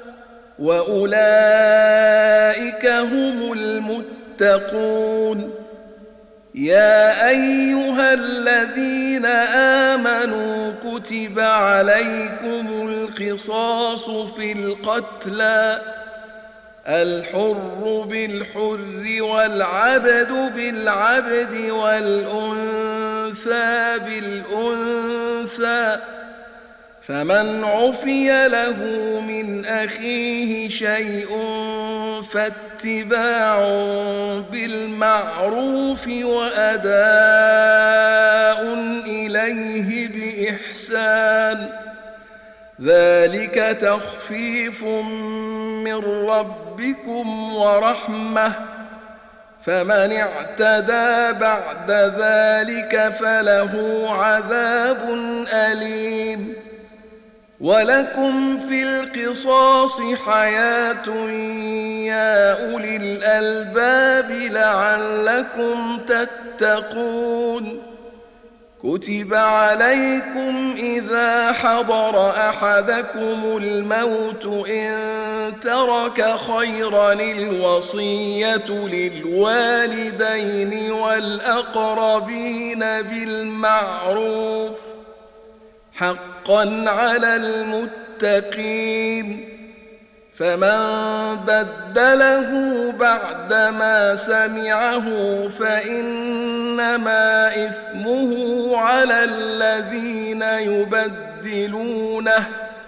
[SPEAKER 1] وأولئك هم المتقون. يا أيها الذين آمنوا كتب عليكم القصاص في القتلى الحر بالحر والعبد بالعبد والأنثى بالأنثى فمن عفي له من أخيه شيء فاتباع بالمعروف وأداء إليه بإحسان ذلك تخفيف من ربكم ورحمة فمن اعتدى بعد ذلك فله عذاب أليم. ولكم في القصاص حياة يا أولي الألباب لعلكم تتقون. كتب عليكم إذا حضر أحدكم الموت إن ترك خيرا الوصية للوالدين والأقربين بالمعروف حقا على المتقين فمن بدله بعدما سمعه فإنما إثمه على الذين يبدلونه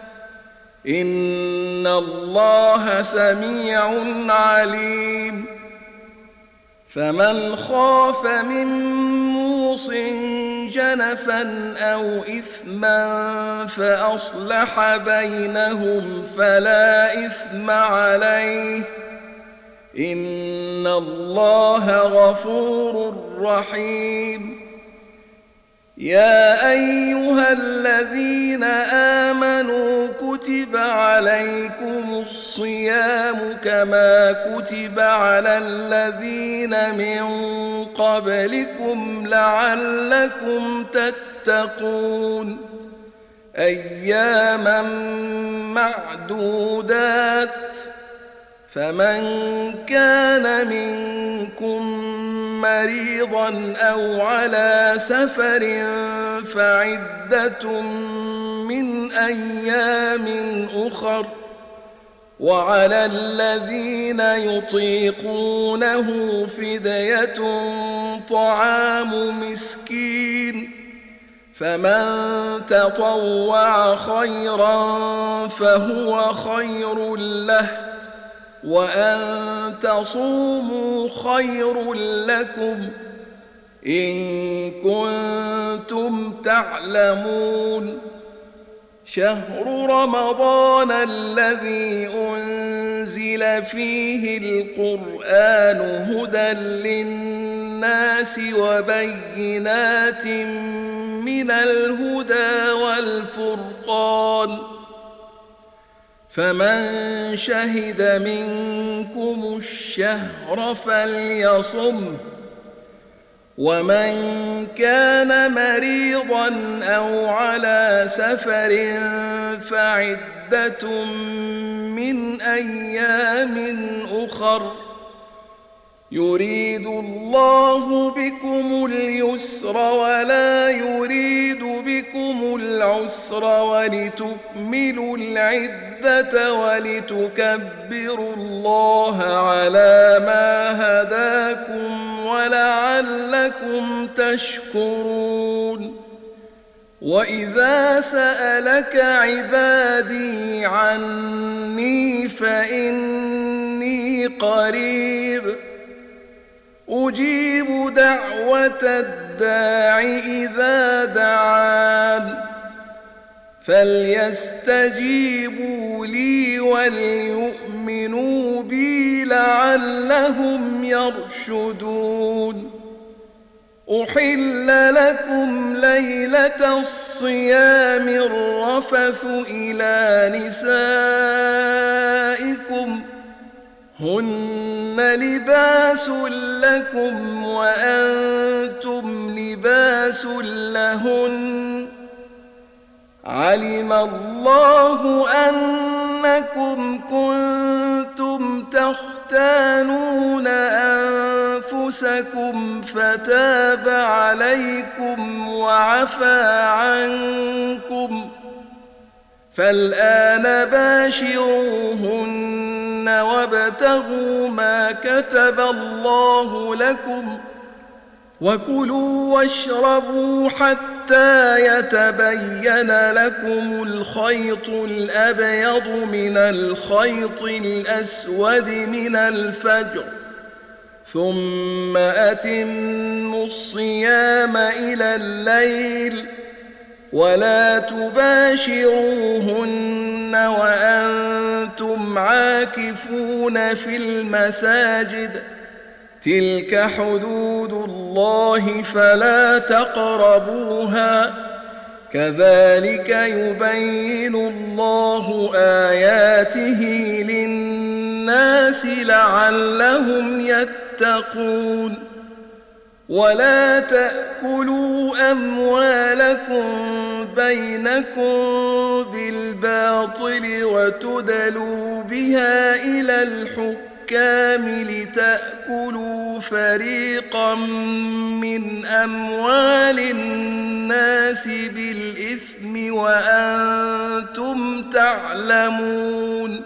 [SPEAKER 1] إن الله سميع عليم. فمن خاف من موص جنفا أو إثما فأصلح بينهم فلا إثم عليه إن الله غفور رحيم. يا أيها الذين آمنوا كتب عليكم الصيام كما كتب على الذين من قبلكم لعلكم تتقون أياما معدودات فمن كان منكم مريضا أو على سفر فعدة من أيام أخر وعلى الذين يطيقونه فدية طعام مسكين فمن تطوع خيرا فهو خير له وأن تصوموا خير لكم إن كنتم تعلمون شهر رمضان الذي أنزل فيه القرآن هدى للناس وبينات من الهدى والفرقان فمن شهد منكم الشهر فليصمه ومن كان مريضا أو على سفر فعدة من أيام أخر يريد الله بكم اليسر ولا يريد بكم العسر ولتكملوا العدة ولتكبروا الله على ما هداكم ولعلكم تشكرون وإذا سألك عبادي عني فإني قريب أجيب دعوة الداع إذا دعان فليستجيبوا لي وليؤمنوا بي لعلهم يرشدون أحل لكم ليلة الصيام الرفث إلى نسائكم هن لباس لكم وأنتم لباس لهن علم الله أنكم كنتم تختانون أنفسكم فتاب عليكم وعفى عنكم فالآن باشروهن وابتغوا ما كتب الله لكم وكلوا واشربوا حتى يتبين لكم الخيط الأبيض من الخيط الأسود من الفجر ثم أتموا الصيام إلى الليل ولا تباشروهن وأنتم عاكفون في المساجد تلك حدود الله فلا تقربوها كذلك يبين الله آياته للناس لعلهم يتقون ولا تأكلوا أموالكم بينكم بالباطل وتدلوا بها إلى الحكام لتأكلوا فريقا من أموال الناس بالإثم وأنتم تعلمون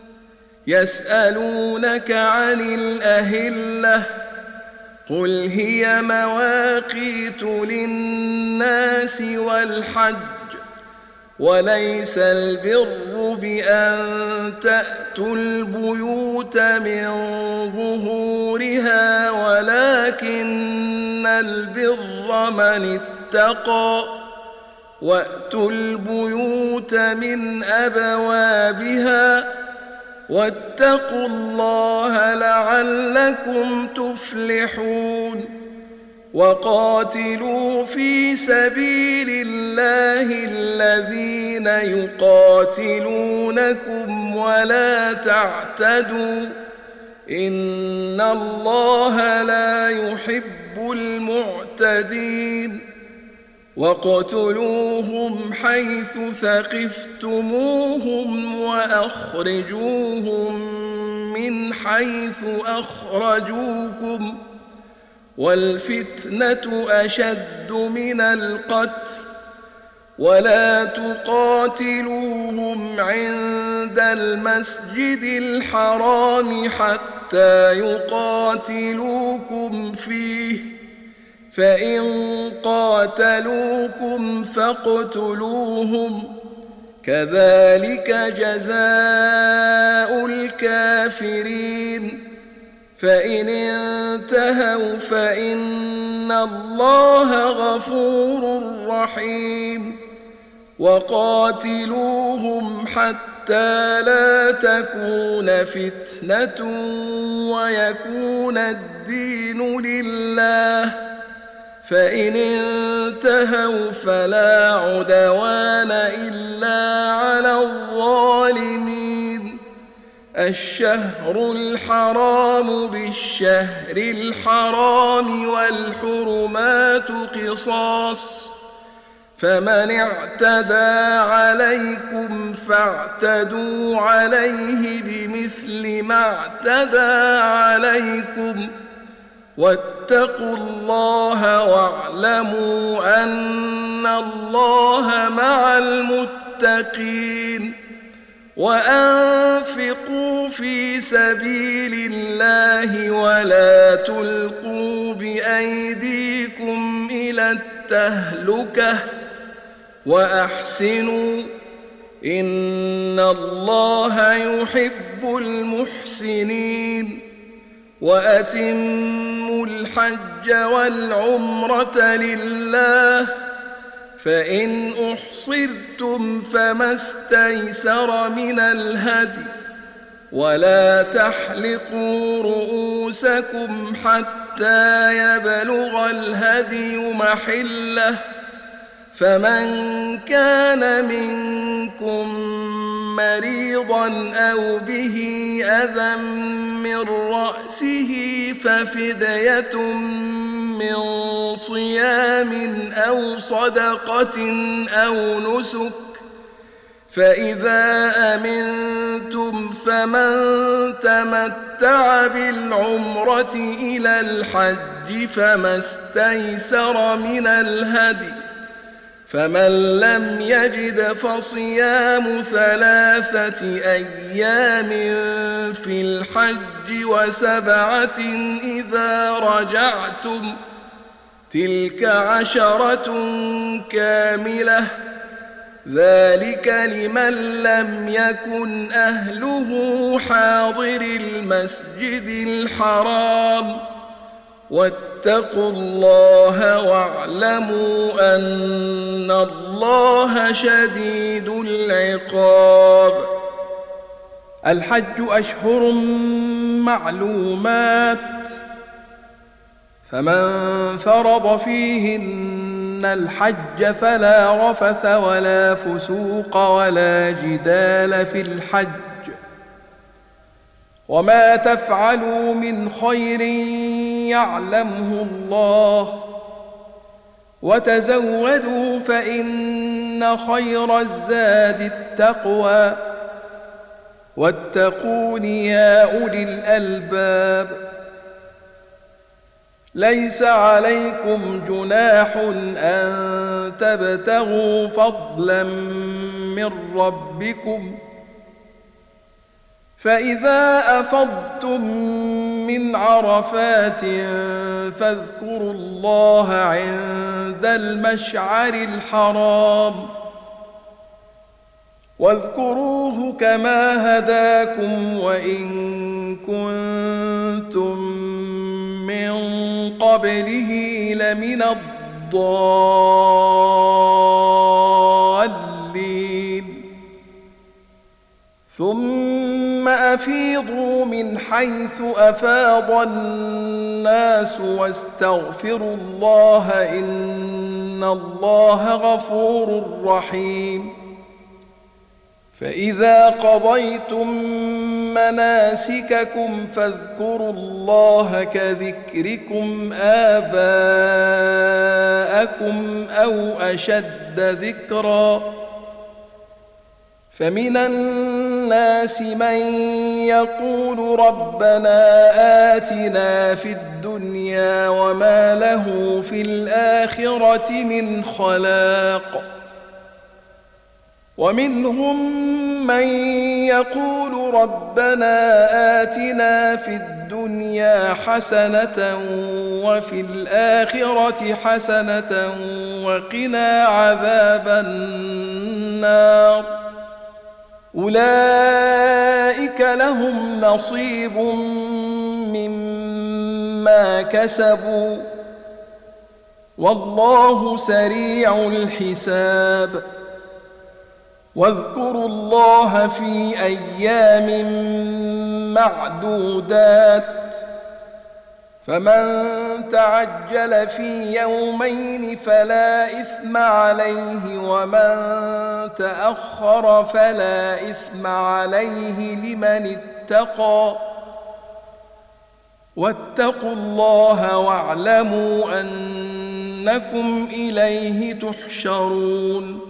[SPEAKER 1] يسألونك عن الأهلة قل هي مواقيت للناس والحج وليس البر بأن تأتوا البيوت من ظهورها ولكن البر من اتقى وأتوا البيوت من أبوابها واتقوا الله لعلكم تفلحون وقاتلوا في سبيل الله الذين يقاتلونكم ولا تعتدوا إن الله لا يحب المعتدين واقتلوهم حيث ثقفتموهم وأخرجوهم من حيث أخرجوكم والفتنة أشد من القتل ولا تقاتلوهم عند المسجد الحرام حتى يقاتلوكم فيه فإن قاتلوكم فاقتلوهم كذلك جزاء الكافرين فإن انتهوا فإن الله غفور رحيم وقاتلوهم حتى لا تكون فتنة ويكون الدين لله فإن انتهوا فلا عدوان إلا على الظالمين الشهر الحرام بالشهر الحرام والحرمات قصاص فمن اعتدى عليكم فاعتدوا عليه بمثل ما اعتدى عليكم واتقوا الله واعلموا أن الله مع المتقين وأنفقوا في سبيل الله ولا تلقوا بأيديكم إلى التهلكة وأحسنوا إن الله يحب المحسنين وأتموا الحج والعمرة لله فإن أحصرتم فما استيسر من الهدي ولا تحلقوا رؤوسكم حتى يبلغ الهدي محله فمن كان منكم مريضا أو به أذى من رأسه ففدية من صيام أو صدقة أو نسك فإذا أمنتم فمن تمتع بالعمرة إلى الحج فما استيسر من الهدي فمن لم يجد فصيام ثلاثة أيام في الحج وسبعة إذا رجعتم تلك عشرة كاملة ذلك لمن لم يكن أهله حاضر المسجد الحرام واتقوا الله واعلموا أن الله شديد العقاب الحج أشهر معلومات فمن فرض فيهن الحج فلا رفث ولا فسوق ولا جدال في الحج وما تفعلوا من خير يعلمه الله وتزودوا فإن خير الزاد التقوى واتقون يا أولي الألباب ليس عليكم جناح أن تبتغوا فضلا من ربكم فإذا أفضتم من عرفات فاذكروا الله عند المشعر الحرام واذكروه كما هداكم وإن كنتم من قبله لمن الضالين ثم أفيضوا من من حيث أفاض الناس واستغفروا الله إن الله غفور رحيم فإذا قضيتم مناسككم فاذكروا الله كذكركم آباءكم أو أشد ذكرًا فمن الناس من يقول ربنا آتنا في الدنيا وما له في الآخرة من خلاق ومنهم من يقول ربنا آتنا في الدنيا حسنة وفي الآخرة حسنة وقنا عذاب النار أولئك لهم نصيب مما كسبوا والله سريع الحساب واذكروا الله في أيام معدودات فمن تعجل في يومين فلا إثم عليه ومن تأخر فلا إثم عليه لمن اتقى واتقوا الله واعلموا أنكم إليه تحشرون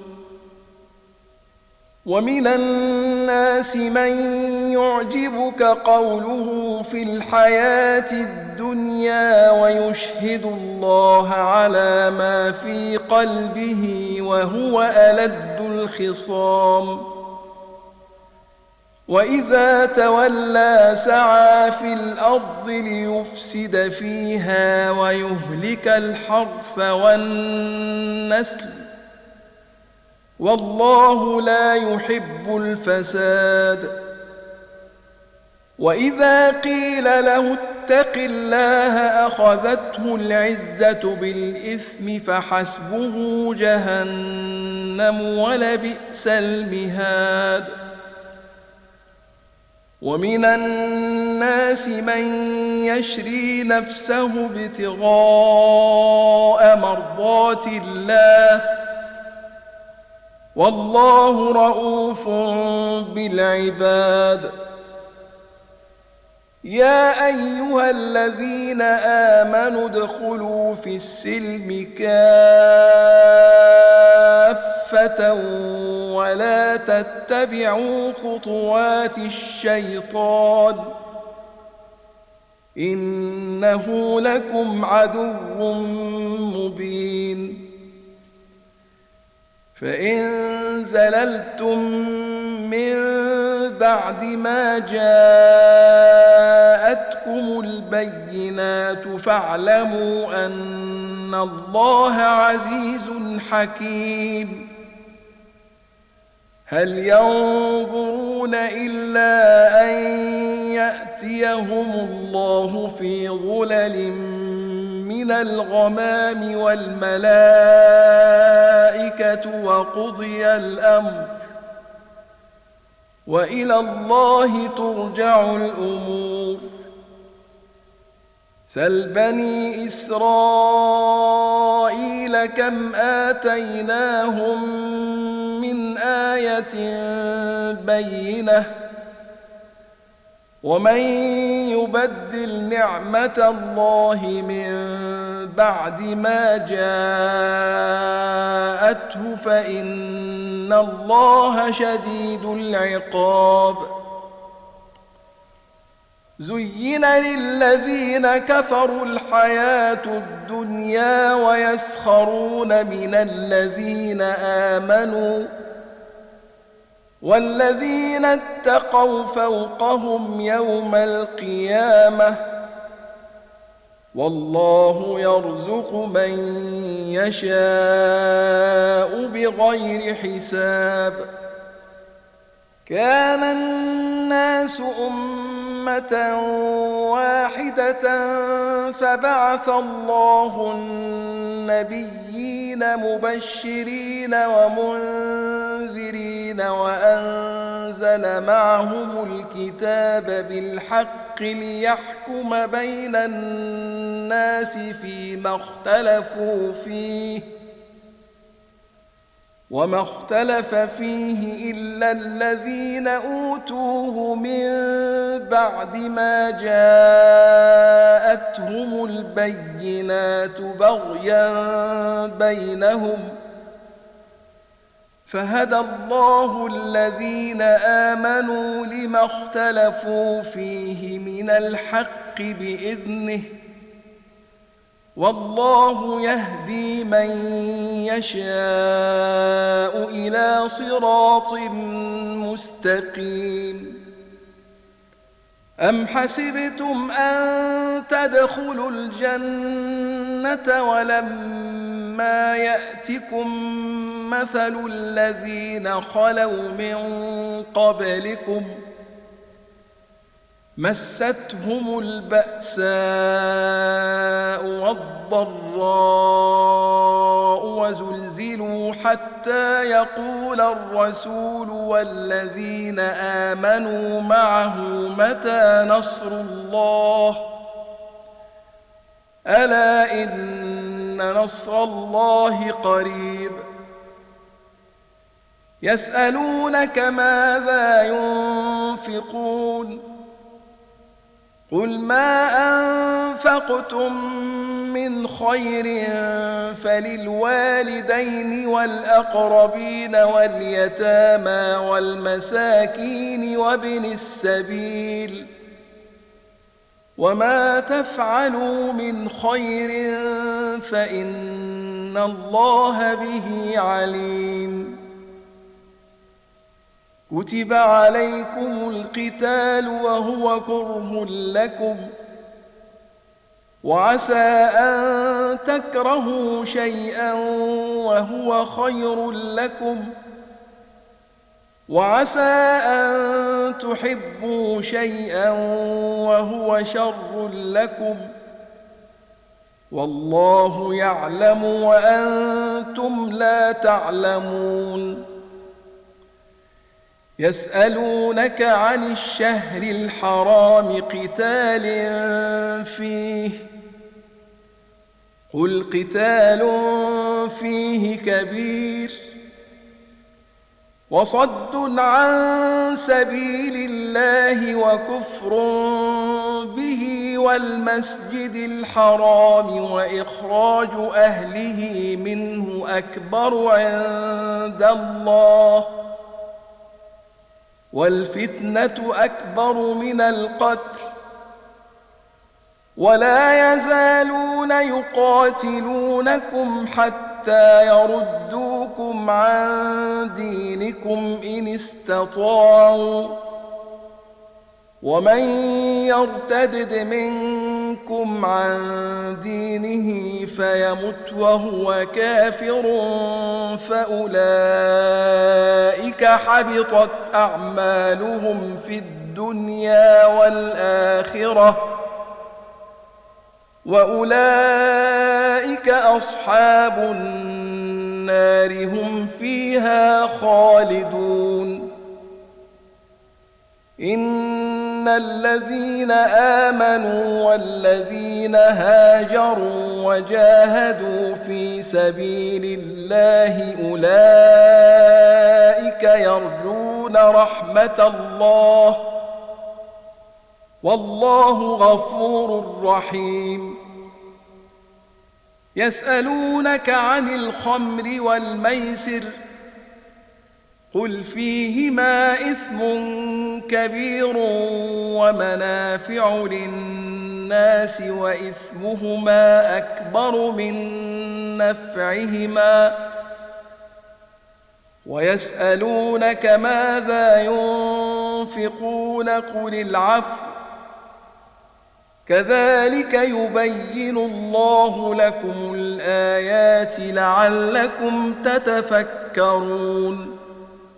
[SPEAKER 1] ومن الناس من يعجبك قوله في الحياة الدنيا ويشهد الله على ما في قلبه وهو ألد الخصام وإذا تولى سعى في الأرض ليفسد فيها ويهلك الحرث والنسل والله لا يحب الفساد وإذا قيل له اتق الله أخذته العزة بالإثم فحسبه جهنم ولبئس المهاد ومن الناس من يشري نفسه ابتغاء مرضات الله والله رؤوف بالعباد يا أيها الذين آمنوا ادخلوا في السلم كافة ولا تتبعوا خطوات الشيطان إنه لكم عدو مبين فإن زللتم من بعد ما جاءتكم البينات فاعلموا أن الله عزيز حكيم هل ينظرون إلا أن يأتيهم الله في ظلل من الغمام والملائكة وقضي الأمر وإلى الله ترجع الأمور سل بني إسرائيل كم آتيناهم من آية بينة ومن يبدل نعمة الله من بعد ما جاءته فإن الله شديد العقاب زين للذين كفروا الحياة الدنيا ويسخرون من الذين آمنوا والذين اتقوا فوقهم يوم القيامة والله يرزق من يشاء بغير حساب كان الناس أمة واحدة فبعث الله النبيين مبشرين ومنذرين وأنزل معهم الكتاب بالحق ليحكم بين الناس فيما اختلفوا فيه وما اختلف فيه إلا الذين أوتوه من بعد ما جاءتهم البينات بغيا بينهم فهدى الله الذين آمنوا لما اختلفوا فيه من الحق بإذنه والله يهدي من يشاء إلى صراط مستقيم. أم حسبتم أن تدخلوا الجنة ولما يأتكم مثل الذين خلوا من قبلكم مستهم البأساء والضراء وزلزلوا حتى يقول الرسول والذين آمنوا معه متى نصر الله ألا إن نصر الله قريب. يسألونك ماذا ينفقون قل ما أنفقتم من خير فللوالدين والأقربين واليتامى والمساكين وابن السبيل وما تفعلوا من خير فإن الله به عليم. كتب عليكم القتال وهو كره لكم وعسى أن تكرهوا شيئا وهو خير لكم وعسى أن تحبوا شيئا وهو شر لكم والله يعلم وأنتم لا تعلمون. يسألونك عن الشهر الحرام قتال فيه قل قتال فيه كبير وصد عن سبيل الله وكفر به والمسجد الحرام وإخراج أهله منه أكبر عند الله والفتنة أكبر من القتل ولا يزالون يقاتلونكم حتى يردوكم عن دينكم إن استطاعوا ومن يرتدد منكم عن دينه فيمت وهو كافر فأولئك حبطت أعمالهم في الدنيا والآخرة وأولئك أصحاب النار هم فيها خالدون. إن الذين آمنوا والذين هاجروا وجاهدوا في سبيل الله أولئك يرجون رحمة الله والله غفور رحيم. يسألونك عن الخمر والميسر قل فيهما إثم كبير ومنافع للناس وإثمهما أكبر من نفعهما ويسألونك ماذا ينفقون قل العفو كذلك يبين الله لكم الآيات لعلكم تتفكرون.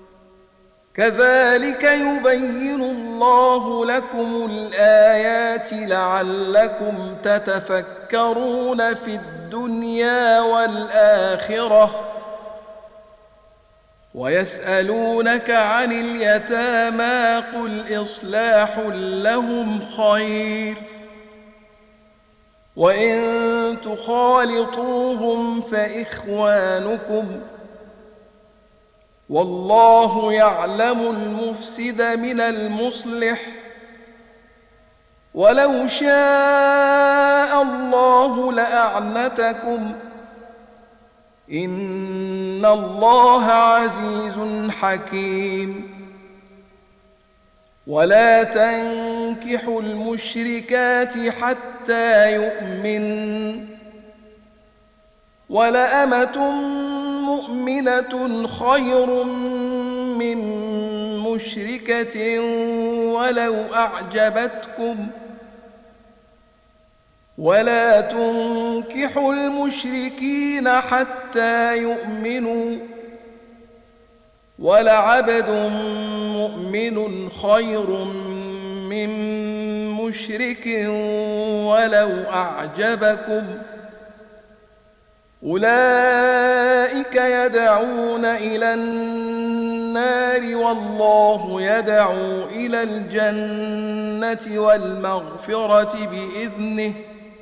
[SPEAKER 1] كذلك يبين الله لكم الآيات لعلكم تتفكرون في الدنيا والآخرة. ويسألونك عن اليتامى قل إصلاح لهم خير وإن تخالطوهم فإخوانكم والله يعلم المفسد من المصلح ولو شاء الله لأعنتكم إن الله عزيز حكيم ولا تنكحوا المشركات حتى يؤمن ولأمة مؤمنة خير من مشركة ولو أعجبتكم ولا تنكحوا المشركين حتى يؤمنوا ولعبد مؤمن خير من مشرك ولو أعجبكم أولئك يدعون إلى النار والله يدعو إلى الجنة والمغفرة بإذنه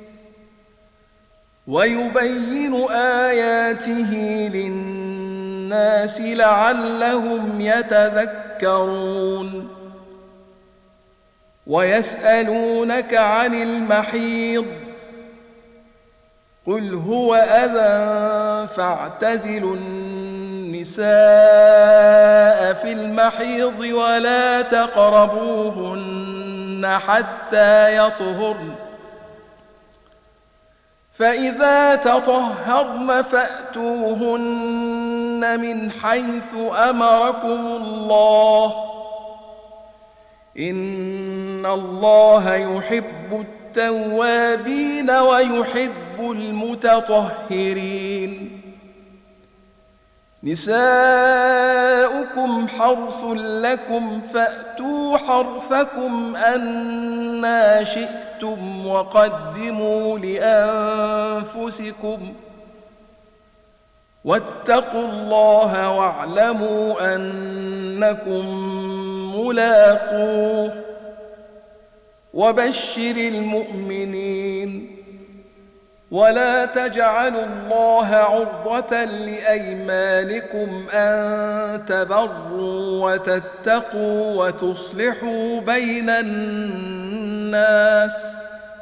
[SPEAKER 1] ويبين آياته للناس لعلهم يتذكرون ويسألونك عن المحيض قل هو أذى فاعتزلوا النساء في المحيض ولا تقربوهن حتى يطهرن فإذا تطهرن فأتوهن من حيث أمركم الله إن الله يحب التوابين ويحب المتطهرين نساؤكم حرث لكم فأتوا حرثكم أنى شئتم وقدموا لأنفسكم واتقوا الله واعلموا أنكم ملاقوه وبشر المؤمنين ولا تجعلوا الله عرضة لأيمانكم أن تبروا وتتقوا وتصلحوا بين الناس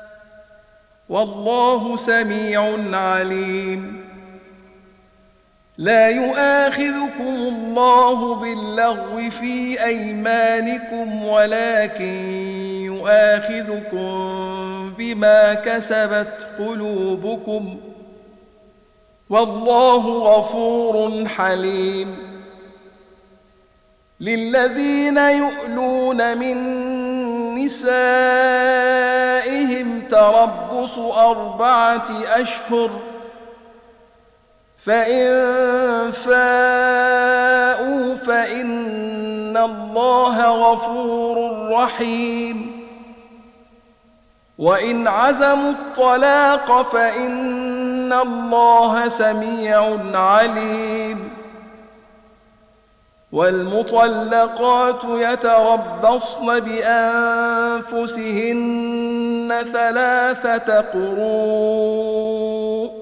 [SPEAKER 1] والله سميع عليم لا يؤاخذكم الله باللغو في أيمانكم ولكن يؤاخذكم بما كسبت قلوبكم والله غفور حليم للذين يؤلون من نسائهم تربص أربعة أشهر فإن فاءوا فإن الله غفور رحيم وإن عزموا الطلاق فإن الله سميع عليم والمطلقات يتربصن بأنفسهن ثلاثة قروء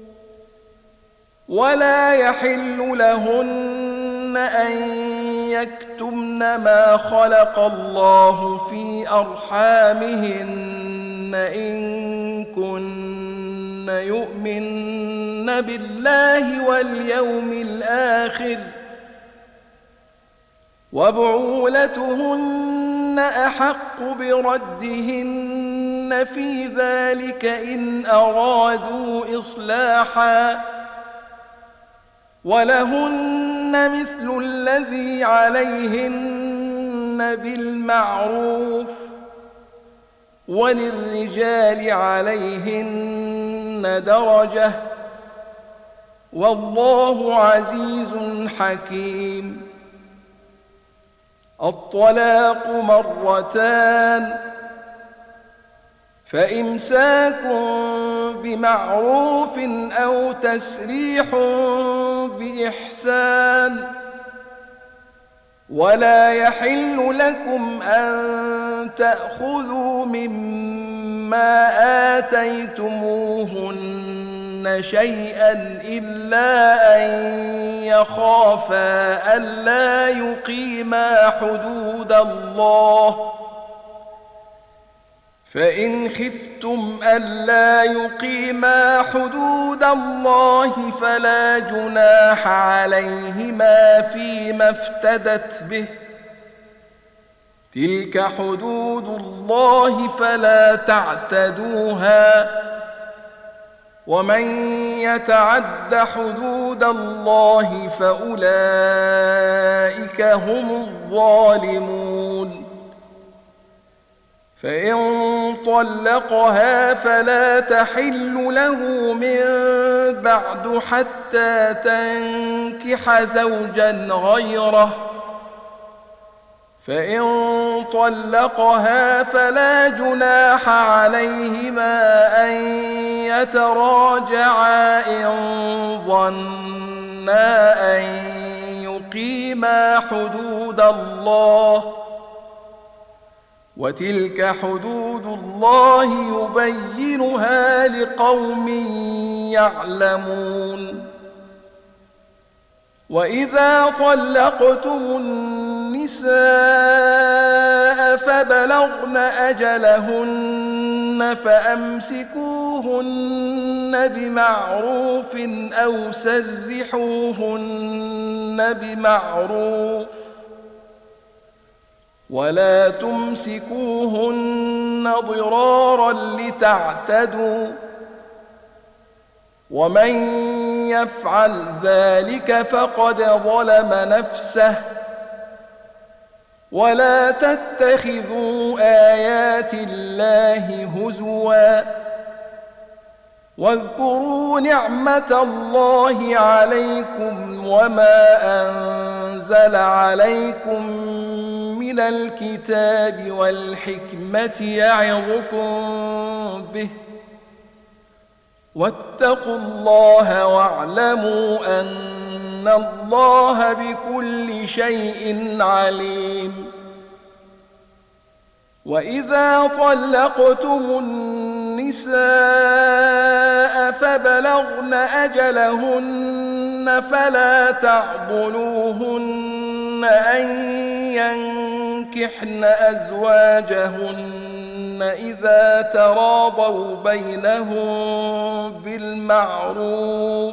[SPEAKER 1] ولا يحل لهن أن يكتمن ما خلق الله في أرحامهن إن كن يؤمن بالله واليوم الآخر وبعولتهن أحق بردهن في ذلك إن أرادوا إصلاحا ولهن مثل الذي عليهن بالمعروف وللرجال عليهن درجة والله عزيز حكيم الطلاق مرتان فإمساك بمعروف أو تسريح بإحسان ولا يحل لكم أن تأخذوا مما آتيتموهن شيئا إلا أن يخافا ألا يقيما حدود الله، فإن خفتم ألا يقيما حدود الله فلا جناح عليهما فيما افتدت به، تلك حدود الله فلا تعتدوها، ومن يتعد حدود الله فأولئك هم الظالمون. فإن طلقها فلا تحل له من بعد حتى تنكح زوجا غيره، فإن طلقها فلا جناح عليهما أن يتراجعا إن ظنا أن يقيما حدود الله، وتلك حدود الله يبينها لقوم يعلمون. وإذا طلقتم النساء فبلغن أجلهن فأمسكوهن بمعروف أو سرحوهن بمعروف، ولا تمسكوهن ضرارا لتعتدوا، ومن يفعل ذلك فقد ظلم نفسه. ولا تتخذوا آيات الله هزوا، واذكروا نعمة الله عليكم وما أنزل عليكم من الكتاب والحكمة يعظكم به، واتقوا الله واعلموا أن الله بكل شيء عليم. وإذا طلقتم النساء فبلغن أجلهن فلا تعضلوهن أن ينكحن أزواجهن إذا تراضوا بينهم بالمعروف،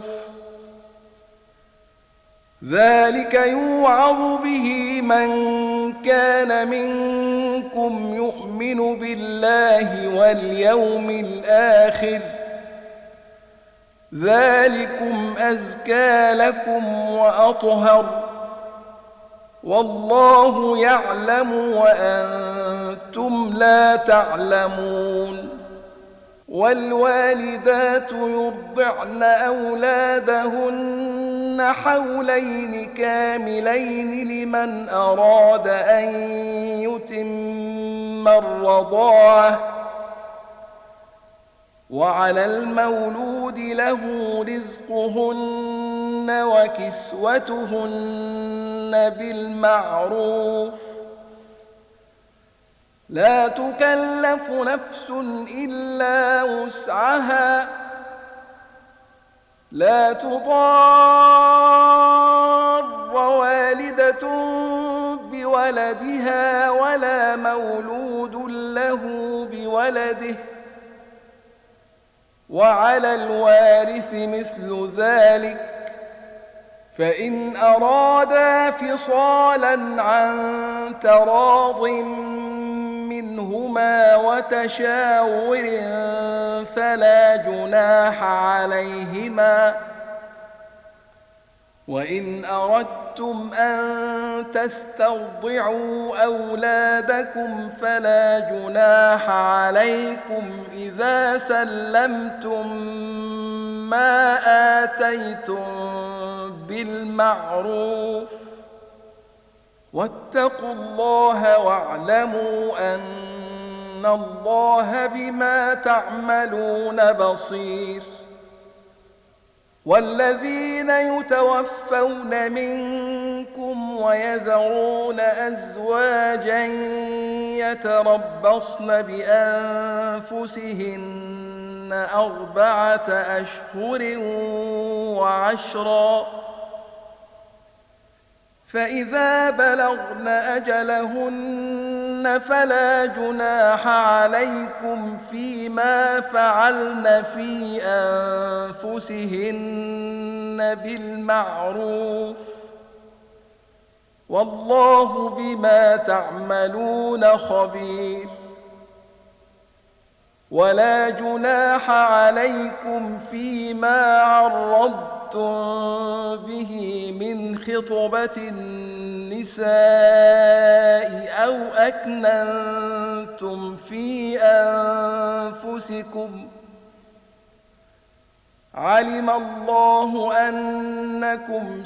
[SPEAKER 1] ذلك يوعظ به من كان منكم يؤمن بالله واليوم الآخر، ذلكم أزكى لكم وأطهر، والله يعلم وأنتم لا تعلمون. والوالدات يرضعن أولادهن حولين كاملين لمن أراد أن يتم الرضاعة، وعلى المولود له رزقهن وكسوتهن بالمعروف، لا تكلف نفس إلا وسعها، لا تضار والدة بولدها ولا مولود له بولده، وعلى الوارث مثل ذلك، فإن أرادا فصالا عن تراض منهما وتشاور فلا جناح عليهما. وإن أردتم أن تسترضعوا أولادكم فلا جناح عليكم إذا سلمتم ما آتيتم بالمعروف، واتقوا الله واعلموا أن الله بما تعملون بصير. والذين يتوفون منكم منكم ويذرون أزواجا يتربصن بأنفسهن أربعة أشهر وعشرا فإذا بلغن أجلهن فلا جناح عليكم فيما فعلن في أنفسهن بالمعروف والله بما تعملون خبير ولا جناح عليكم فيما عرضتم به من خطبة النساء أو أكننتم في أنفسكم علم الله أنكم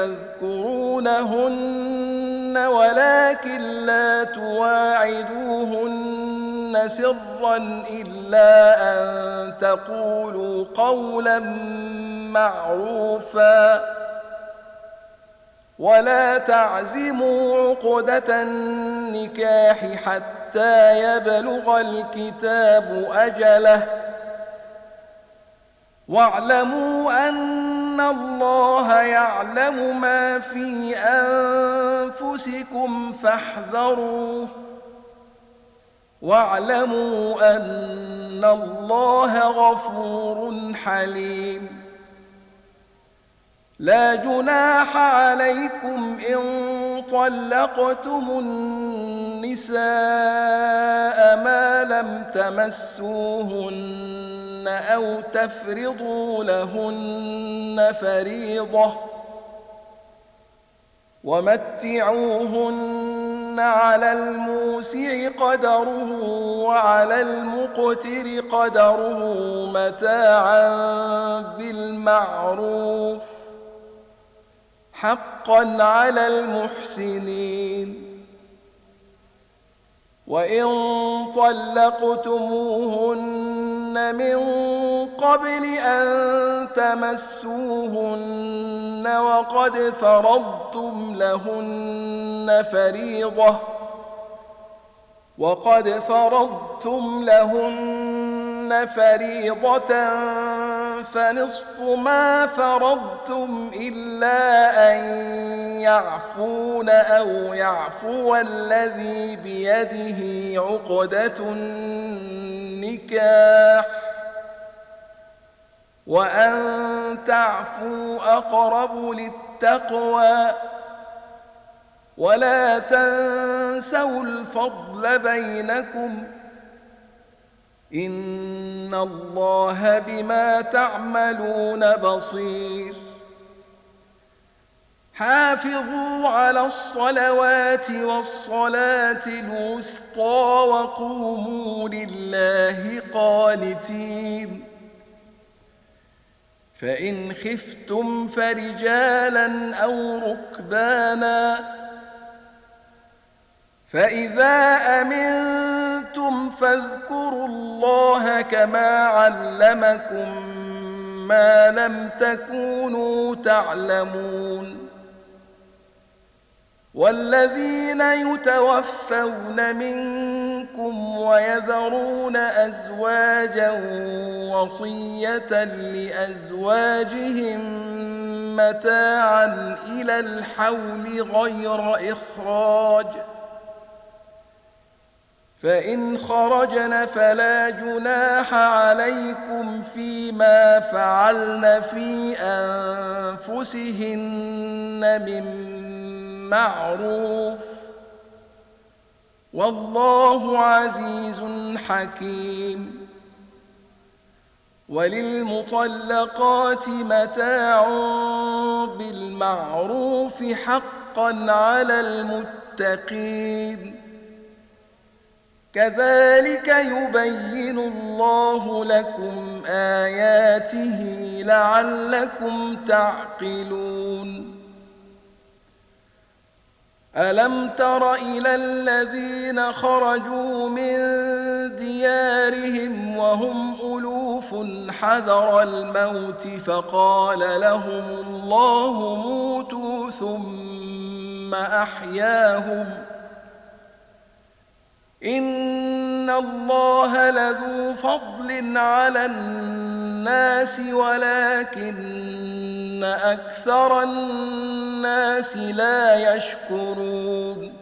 [SPEAKER 1] ستذكرونهن ولكن لا تواعدوهن سرا إلا أن تقولوا قولا معروفا ولا تعزموا عقدة النكاح حتى يبلغ الكتاب أجله واعلموا أن الله يعلم ما في أنفسكم فاحذروه واعلموا أن الله غفور حليم لا جناح عليكم إن طلقتم النساء ما لم تمسوهن أو تفرضوا لهن فريضة ومتعوهن على الموسع قدره وعلى المقتر قدره متاعا بالمعروف حقا على المحسنين وإن طلقتموهن من قبل أن تمسوهن وقد فرضتم لهن فريضة وقد فرضتم لهن فريضة فنصف ما فرضتم إلا أن يعفون أو يعفو الذي بيده عقدة النكاح وأن تعفوا أقرب للتقوى ولا تنسوا الفضل بينكم إن الله بما تعملون بصير حافظوا على الصلوات والصلاة الوسطى وقوموا لله قانتين فإن خفتم فرجالا أو ركبانا فإذا أمنتم فاذكروا الله كما علمكم ما لم تكونوا تعلمون والذين يتوفون منكم ويذرون أزواجا وصية لأزواجهم متاعا إلى الحول غير إخراج فإن خرجن فلا جناح عليكم فيما فعلن في أنفسهن من معروف والله عزيز حكيم وللمطلقات متاع بالمعروف حقا على المتقين كذلك يبين الله لكم آياته لعلكم تعقلون ألم تر إلى الذين خرجوا من ديارهم وهم ألوف حذر الموت فقال لهم الله موتوا ثم ثم أحياهم إن الله لذو فضل على الناس ولكن أكثر الناس لا يشكرون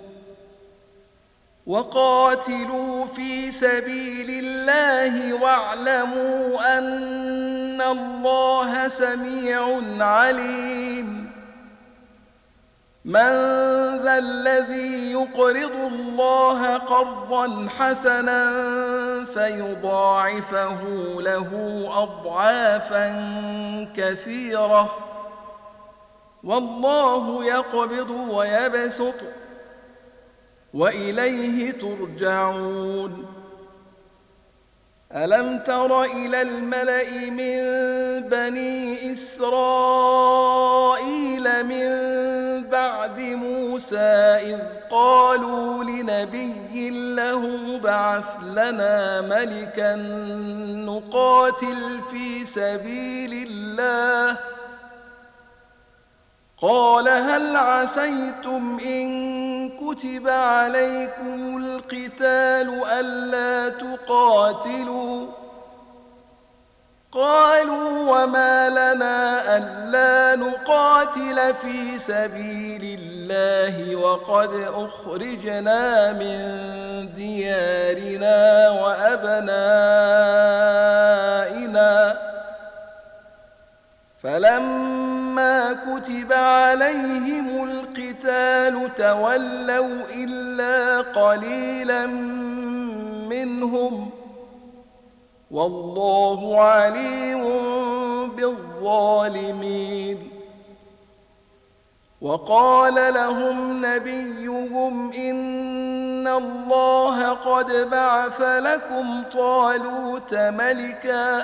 [SPEAKER 1] وقاتلوا في سبيل الله واعلموا أن الله سميع عليم من ذا الذي يقرض الله قرضا حسنا فيضاعفه له أضعافا كثيرة والله يقبض ويبسط وإليه ترجعون ألم تر إلى الملأ من بني إسرائيل من بعد موسى إذ قالوا لنبي له بعث لنا ملكا نقاتل في سبيل الله قال هل عسيتم إن كتب عليكم القتال ألا تقاتلوا قالوا وما لنا ألا نقاتل في سبيل الله وقد أخرجنا من ديارنا وأبنائنا فلما كتب عليهم القتال تولوا إلا قليلا منهم والله عليم بالظالمين وقال لهم نبيهم إن الله قد بعث لكم طالوت ملكا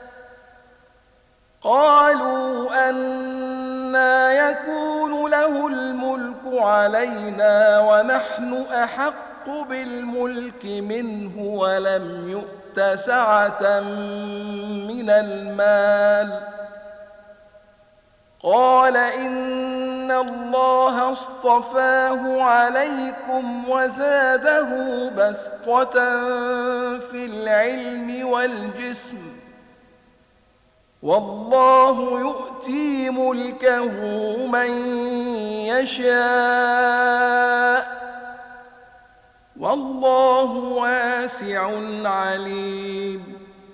[SPEAKER 1] قالوا أنى يكون له الملك علينا ونحن أحق بالملك منه ولم يؤت سعة من المال قال إن الله اصطفاه عليكم وزاده بسطة في العلم والجسم والله يؤتي ملكه من يشاء والله واسع عليم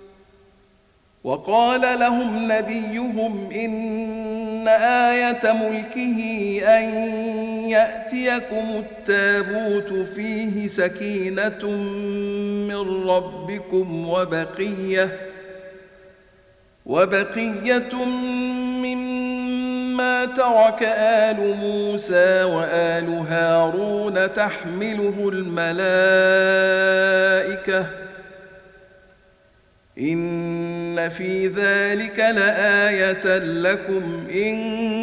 [SPEAKER 1] وقال لهم نبيهم إن آية ملكه أن يأتيكم التابوت فيه سكينة من ربكم وبقية وبقية مما ترك آل موسى وآل هارون تحمله الملائكة إن في ذلك لآية لكم إن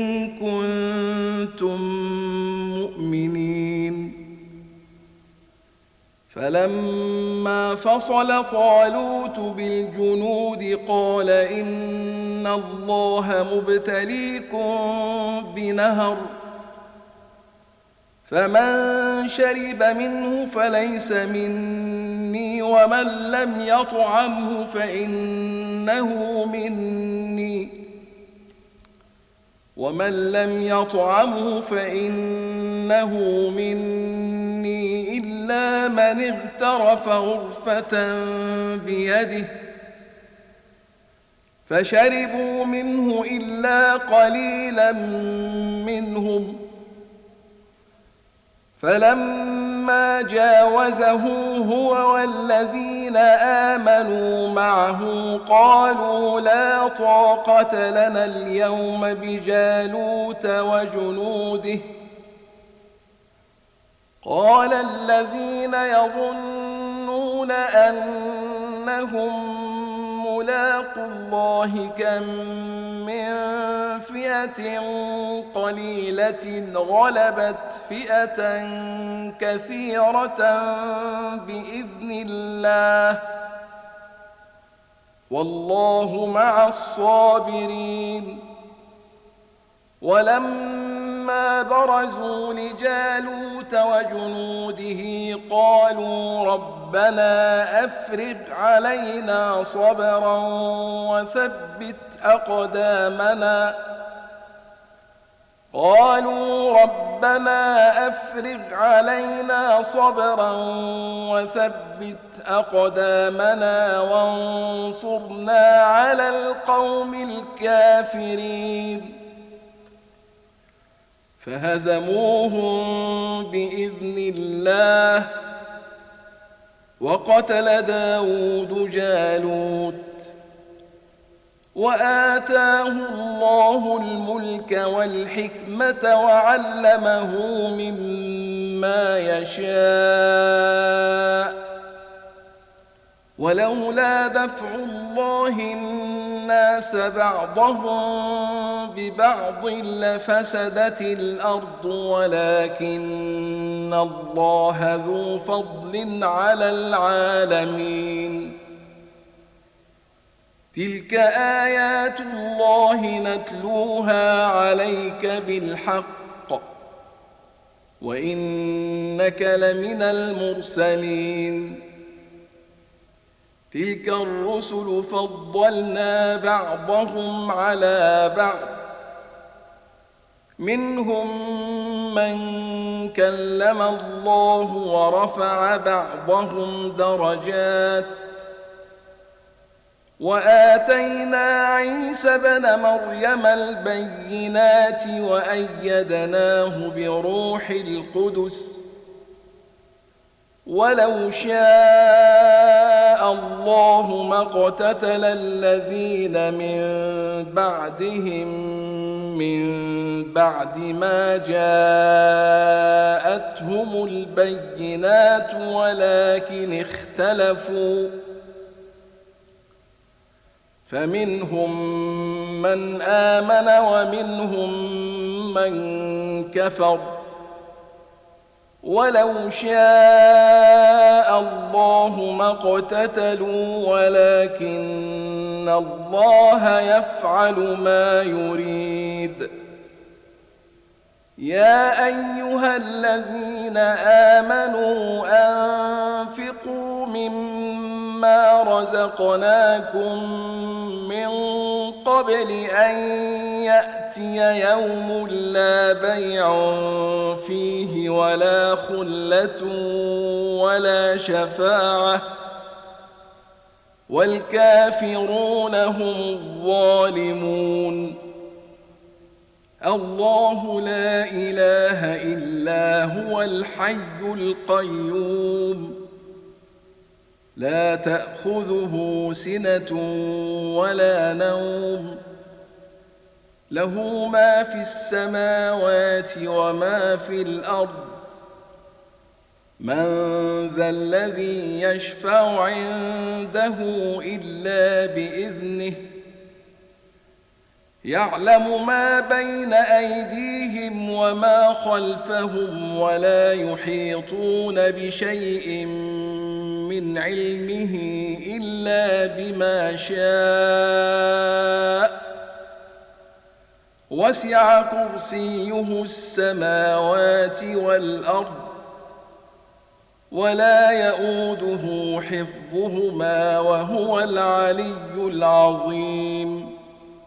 [SPEAKER 1] كنتم مؤمنين فلما فصل طالوت بالجنود قال إن الله مبتليكم بنهر فمن شرب منه فليس مني ومن لم يطعمه فإنه مني ومن لم يطعمه فإنه مني إلا من اغترف غرفة بيده فشربوا منه إلا قليلا منهم فلما جاوزه هو والذين آمنوا معه قالوا لا طاقة لنا اليوم بجالوت وجنوده قال الذين يظنون أنهم ملاقوا الله كم من فئة قليلة غلبت فئة كثيرة بإذن الله والله مع الصابرين ولما فلما برزوا لجالوت وجنوده قالوا ربنا أفرغ علينا صبرا وثبت أقدامنا قالوا ربنا أفرغ علينا صبرا وثبت أقدامنا وانصرنا على القوم الكافرين فهزموهم بإذن الله وقتل داود جالوت وآتاه الله الملك والحكمة وعلمه مما يشاء ولولا دفع الله الناس بعضهم ببعض لفسدت الأرض ولكن الله ذو فضل على العالمين تلك آيات الله نتلوها عليك بالحق وإنك لمن المرسلين تلك الرسل فضلنا بعضهم على بعض منهم من كلم الله ورفع بعضهم درجات وآتينا عيسى ابن مريم البينات وأيدناه بروح القدس ولو شاء الله ما اقتتل الذين من بعدهم من بعد ما جاءتهم البينات ولكن اختلفوا فمنهم من آمن ومنهم من كفر ولو شاء الله ما اقتتلوا ولكن الله يفعل ما يريد يا أيها الذين آمنوا أنفقوا مما رزقناكم من قبل أن يأتي يوم لا بيع فيه ولا خلة ولا شفاعة والكافرون هم الظالمون الله لا إله إلا هو الحي القيوم لا تأخذه سنة ولا نوم له ما في السماوات وما في الأرض من ذا الذي يشفع عنده إلا بإذنه يعلم ما بين أيديهم وما خلفهم ولا يحيطون بشيء من علمه إلا بما شاء وسع كرسيه السماوات والأرض ولا يؤوده حفظهما وهو العلي العظيم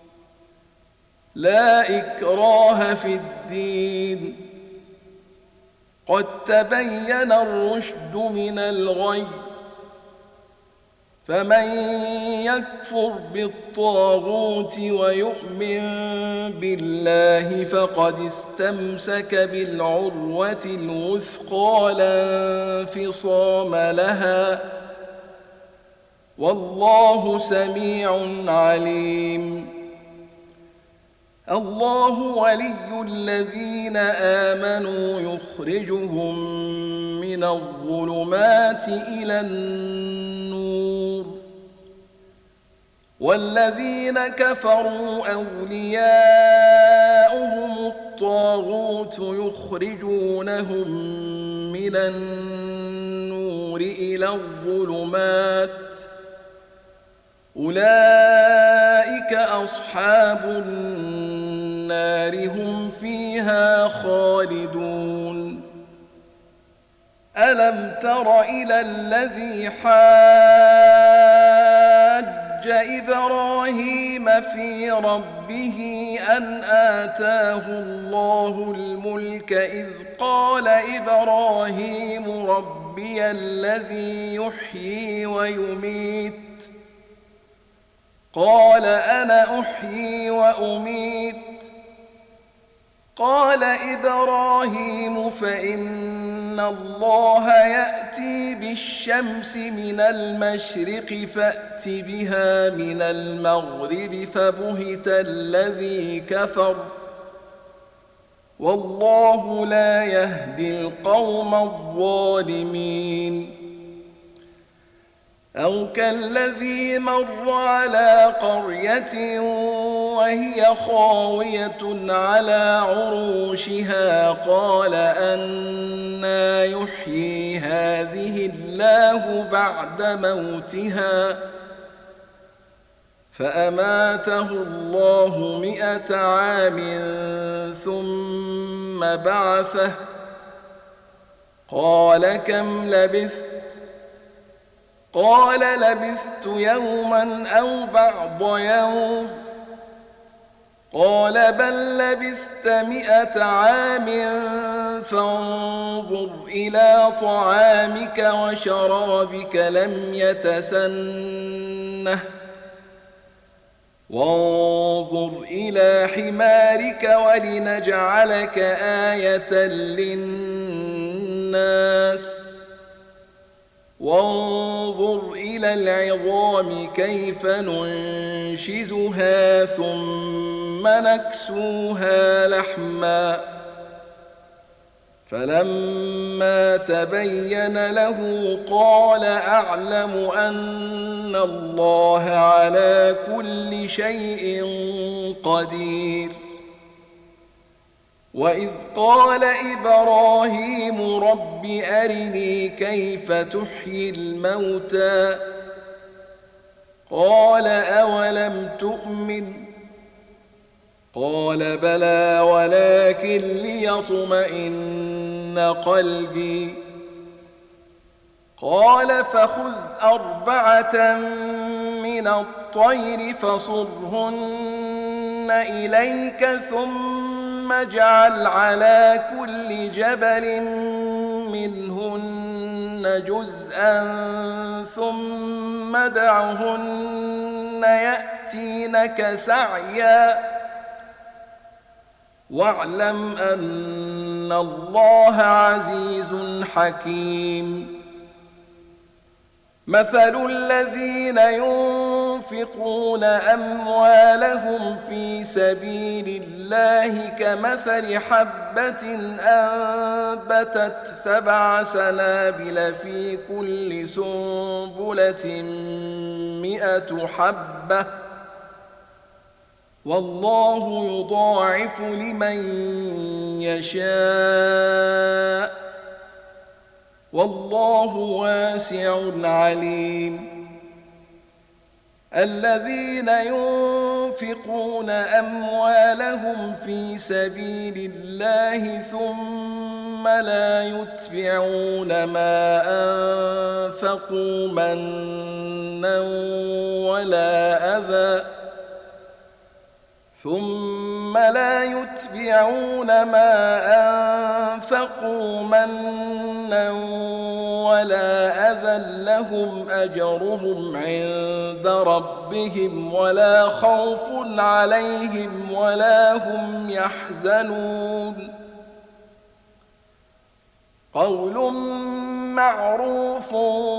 [SPEAKER 1] لا إكراه في الدين قد تبين الرشد من الغي فمن يكفر بالطاغوت ويؤمن بالله فقد استمسك بالعروة الوثقى لا انفصام لها والله سميع عليم الله ولي الذين آمنوا يخرجهم من الظلمات إلى النور والذين كفروا أولياؤهم الطاغوت يخرجونهم من النور إلى الظلمات أولئك أصحاب النار النار هم فيها خالدون. ألم تر إلى الذي حاج إبراهيم في ربه أن آتاه الله الملك إذ قال إبراهيم ربي الذي يحيي ويميت قال أنا أحيي وأميت قال إبراهيم فإن الله يأتي بالشمس من المشرق فأت بها من المغرب فبهت الذي كفر والله لا يهدي القوم الظالمين. أو كالذي مر على قرية وهي خاوية على عروشها قال أنى يحيي هذه الله بعد موتها فأماته الله مئة عام ثم بعثه قال كم لبثت قال لبثت يوما أو بعض يوم قال بل لبثت مئة عام فانظر إلى طعامك وشرابك لم يتسنه وانظر إلى حمارك ولنجعلك آية للناس وانظر إلى العظام كيف ننشزها ثم نكسوها لحما فلما تبين له قال أعلم أن الله على كل شيء قدير. وإذ قال إبراهيم رب أرني كيف تحيي الموتى قال أولم تؤمن قال بلى ولكن ليطمئن قلبي قال فخذ أربعة من الطير فصرهن إليك ثم اجعل على كل جبل منهن جزءا ثم ادعهن يأتينك سعيا واعلم أن الله عزيز حكيم. مثل الذين ينفقون أموالهم في سبيل الله كمثل حبة أنبتت سبع سنابل في كل سنبلة مئة حبة والله يضاعف لمن يشاء والله واسع عليم. الذين ينفقون أموالهم في سبيل الله ثم لا يتبعون ما أنفقوا منا ولا أذى ثم لا يتبعون ما أنفقوا منا ولا أذى لهم أجرهم عند ربهم ولا خوف عليهم ولا هم يحزنون. قول معروف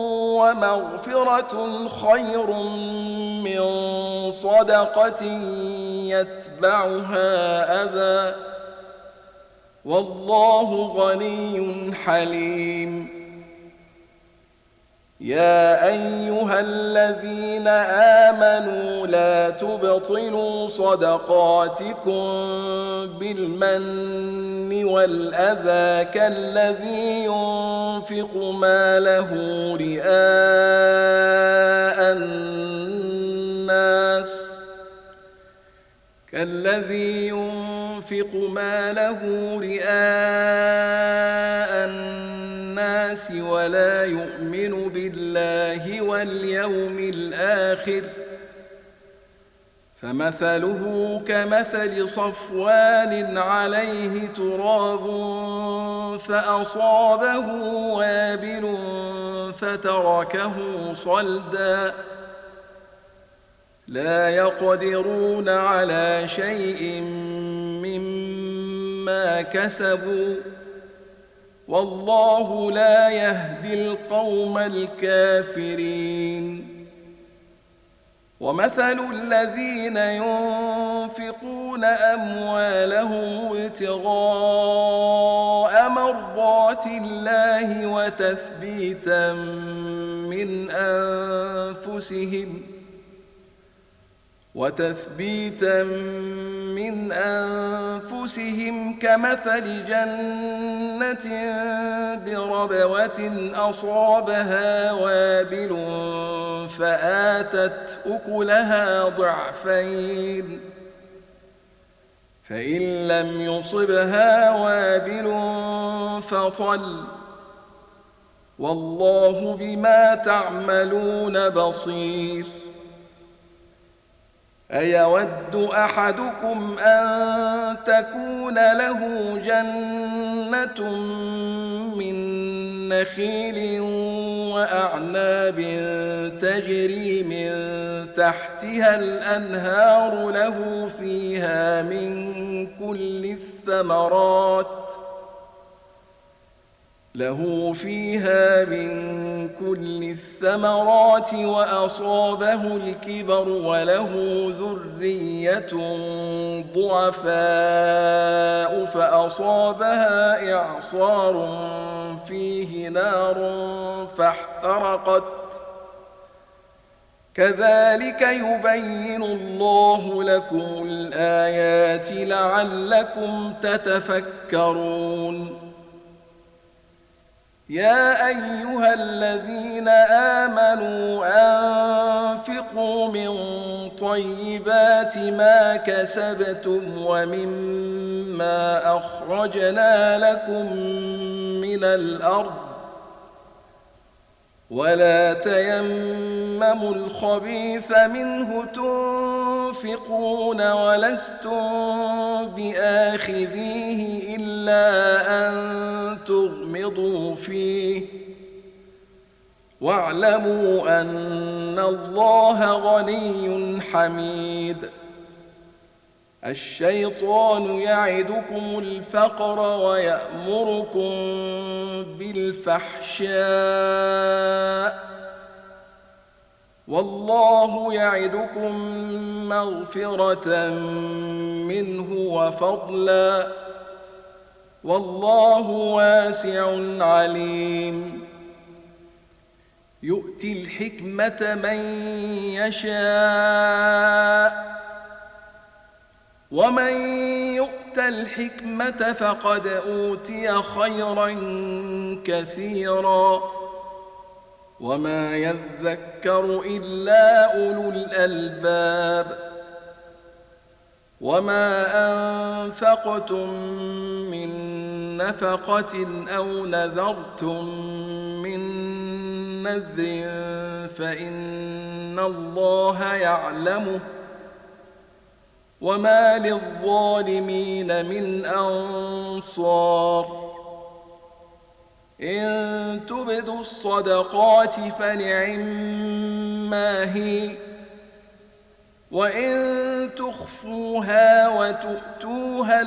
[SPEAKER 1] ومغفرة خير من صدقة يتبعها أذى والله غني حليم. يا أيها الذين آمنوا لا تبطلوا صدقاتكم بالمن والأذى كالذي ينفق ماله رئاء الناس كالذي ينفق ماله رئاء الناس ولا يؤمن بالله واليوم الآخر فمثله كمثل صفوان عليه تراب فأصابه وابل فتركه صلدا لا يقدرون على شيء مما كسبوا والله لا يهدي القوم الكافرين ومثل الذين ينفقون أموالهم ابتغاء مرضات الله وتثبيتا من أنفسهم وتثبيتا من أنفسهم كمثل جنة بربوة أصابها وابل فآتت أكلها ضعفين فإن لم يصبها وابل فطل والله بما تعملون بصير أيود أحدكم أن تكون له جنة من نخيل وأعناب تجري من تحتها الأنهار له فيها من كل الثمرات له فيها من كل الثمرات وأصابه الكبر وله ذرية ضعفاء فأصابها إعصار فيه نار فاحترقت كذلك يبين الله لكم الآيات لعلكم تتفكرون يا أيها الذين آمنوا أنفقوا من طيبات ما كسبتم ومما أخرجنا لكم من الأرض ولا تيمموا الخبيث منه تنفقون ولستم بآخذيه إلا أن تغمضوا فيه واعلموا أن الله غني حميد الشيطان يعدكم الفقر ويأمركم بالفحشاء والله يعدكم مغفرة منه وفضلا والله واسع عليم يؤتي الحكمة من يشاء ومن يؤت الحكمة فقد أوتي خيرا كثيرا وما يذكر إلا أولو الألباب وما أنفقتم من نفقة أو نذرتم من نذر فإن الله يعلمه وما للظالمين من أنصار إن تبدوا الصدقات فنعما هي وإن تخفوها وتؤتوها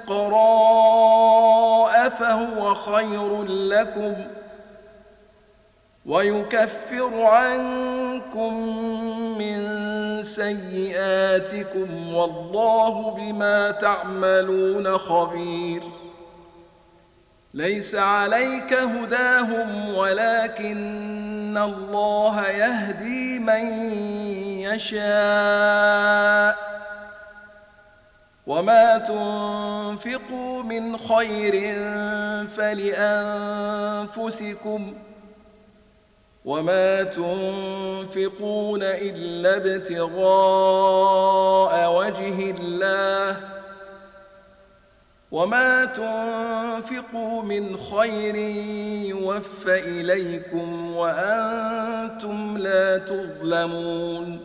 [SPEAKER 1] الفقراء فهو خير لكم ويكفر عنكم من سيئاتكم والله بما تعملون خبير ليس عليك هداهم ولكن الله يهدي من يشاء وما تنفقوا من خير فلأنفسكم وما تنفقون إلا ابتغاء وجه الله وما تنفقوا من خير يوفى إليكم وأنتم لا تظلمون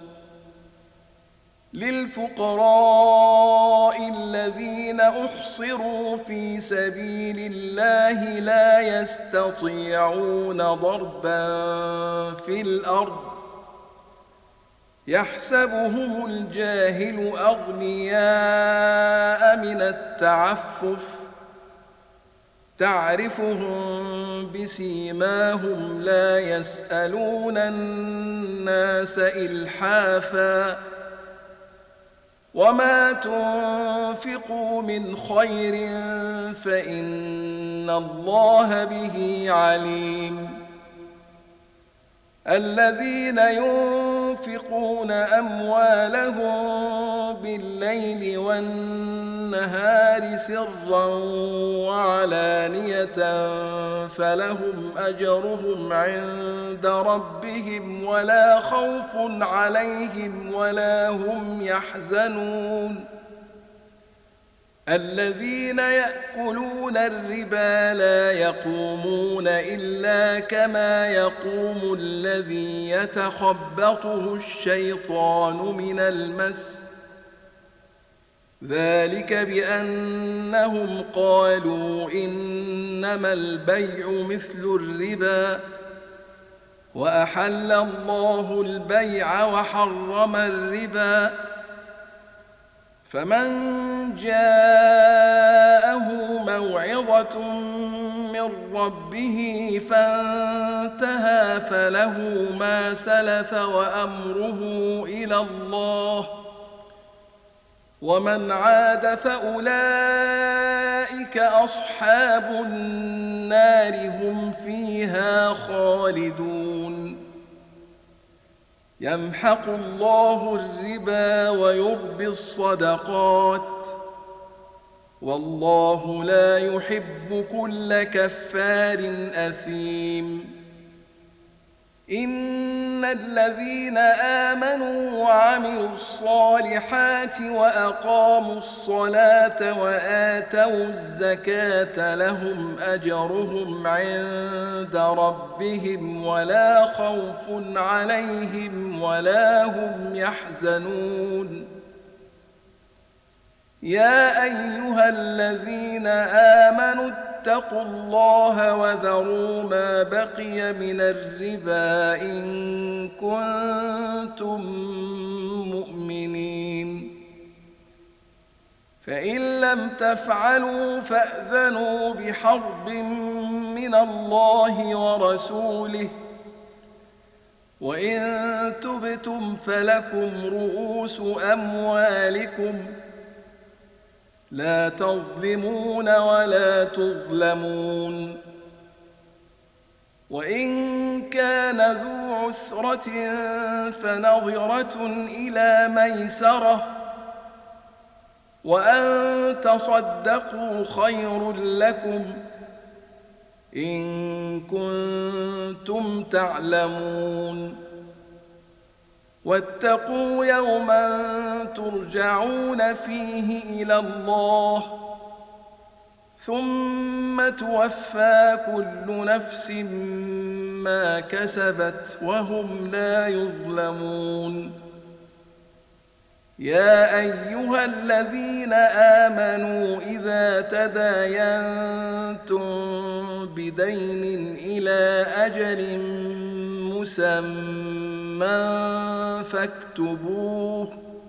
[SPEAKER 1] للفقراء الذين أحصروا في سبيل الله لا يستطيعون ضربا في الأرض يحسبهم الجاهل أغنياء من التعفف تعرفهم بسيماهم لا يسألون الناس إلحافا وما تنفقوا من خير فإن الله به عليم الذين ينفقون أموالهم بالليل والنهار سرا وعلانية فلهم أجرهم عند ربهم ولا خوف عليهم ولا هم يحزنون الذين يأكلون الربا لا يقومون إلا كما يقوم الذي يتخبطه الشيطان من المس ذلك بأنهم قالوا إنما البيع مثل الربا وأحل الله البيع وحرم الربا فمن جاءه موعظة من ربه فانتهى فله ما سلف وأمره إلى الله ومن عاد فأولئك أصحاب النار هم فيها خالدون يمحق الله الربا ويربي الصدقات والله لا يحب كل كفار أثيم إن الذين آمنوا وعملوا الصالحات وأقاموا الصلاة وآتوا الزكاة لهم أجرهم عند ربهم ولا خوف عليهم ولا هم يحزنون يا أيها الذين آمنوا اتقوا الله وذروا ما بقي من الربا إن كنتم مؤمنين فإن لم تفعلوا فأذنوا بحرب من الله ورسوله وإن تبتم فلكم رؤوس أموالكم لا تظلمون ولا تظلمون وإن كان ذو عسرة فنظرة إلى ميسرة وأن تصدقوا خير لكم إن كنتم تعلمون واتقوا يوما ترجعون فيه إلى الله ثم توفى كل نفس ما كسبت وهم لا يظلمون يا أيها الذين آمنوا إذا تداينتم بدين إلى أجل مسمى فاكتبوه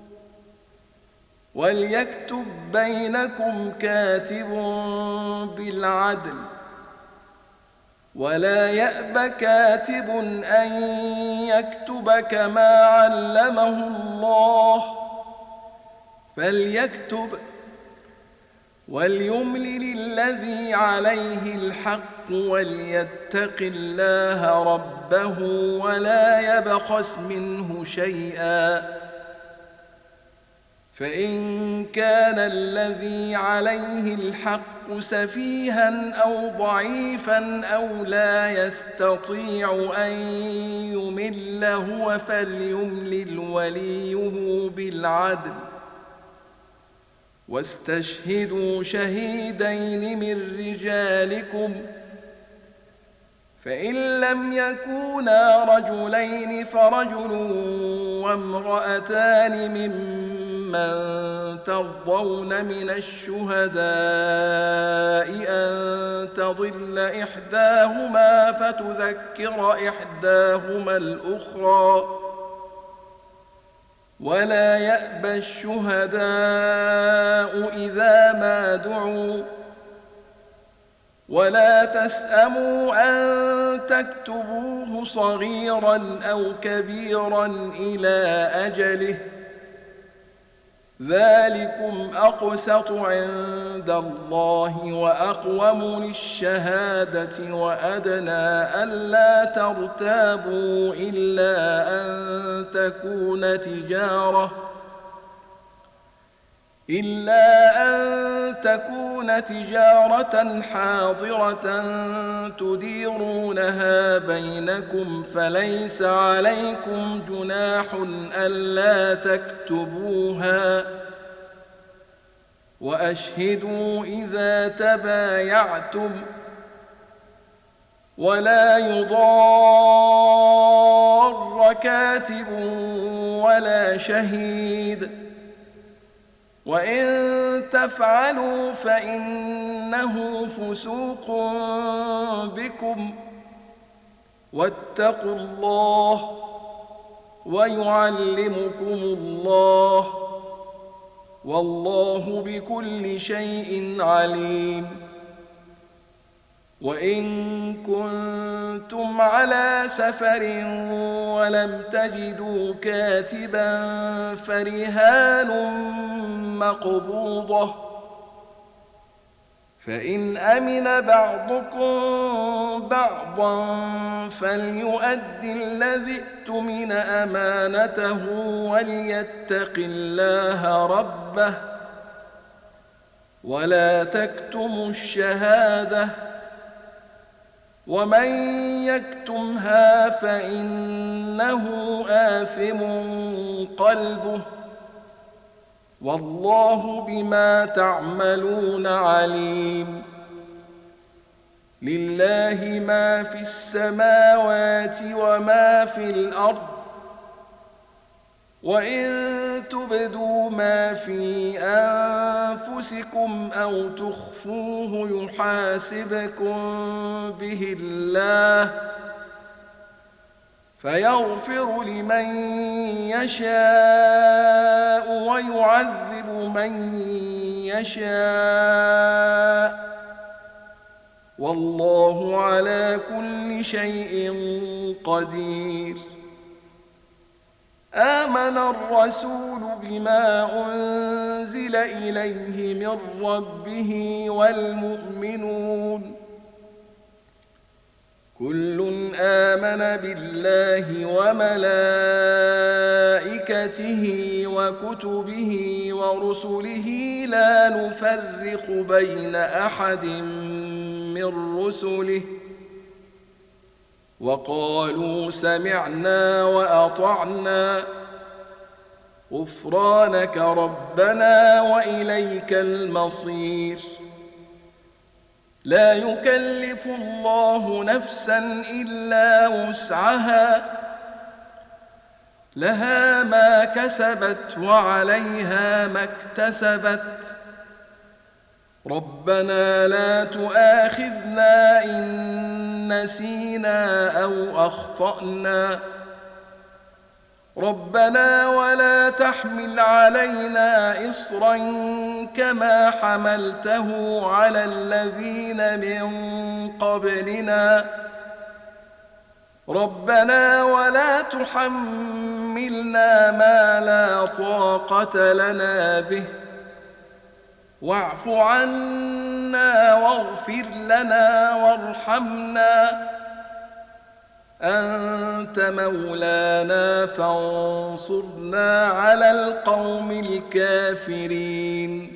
[SPEAKER 1] وليكتب بينكم كاتب بالعدل ولا يأب كاتب أن يكتب كما علمه الله فليكتب وليملل الذي عليه الحق وليتق الله ربه ولا يبخس منه شيئا فإن كان الذي عليه الحق سفيها أو ضعيفا أو لا يستطيع أن يمل هو فليملل وليه بالعدل واستشهدوا شهيدين من رجالكم فإن لم يكونا رجلين فرجل وامرأتان ممن ترضون من الشهداء أن تضل إحداهما فتذكر إحداهما الأخرى ولا يأبى الشهداء إذا ما دعوا ولا تسأموا أن تكتبوه صغيرا أو كبيرا إلى أجله ذلكم أقسط عند الله وأقوم للشهادة وأدنى ألا ترتابوا إلا أن تكون تجارة إلا أن تكون تجارة حاضرة تديرونها بينكم فليس عليكم جناح ألا تكتبوها وأشهدوا إذا تبايعتم ولا يضار كاتب ولا شهيد وإن تفعلوا فإنه فسوق بكم واتقوا الله ويعلمكم الله والله بكل شيء عليم وإن كنتم على سفر ولم تجدوا كاتبا فرهان مقبوضة فإن أمن بعضكم بعضا فليؤد الذي اؤتمن أمانته وليتق الله ربه ولا تكتموا الشهادة ومن يكتمها فإنه آثم قلبه والله بما تعملون عليم لله ما في السماوات وما في الأرض وإن تبدوا ما في أنفسكم أو تخفوه يحاسبكم به الله فيغفر لمن يشاء ويعذب من يشاء والله على كل شيء قدير آمن الرسول بما أنزل إليه من ربه والمؤمنون كل آمن بالله وملائكته وكتبه ورسله لا نفرق بين أحد من رسله وقالوا سمعنا وأطعنا غفرانك ربنا وإليك المصير لا يكلف الله نفسا إلا وسعها لها ما كسبت وعليها ما اكتسبت ربنا لا تؤاخذنا إن نسينا أو أخطأنا ربنا ولا تحمل علينا إصرا كما حملته على الذين من قبلنا ربنا ولا تحملنا ما لا طاقة لنا به واعف عنا واغفر لنا وارحمنا أنت مولانا فانصرنا على القوم الكافرين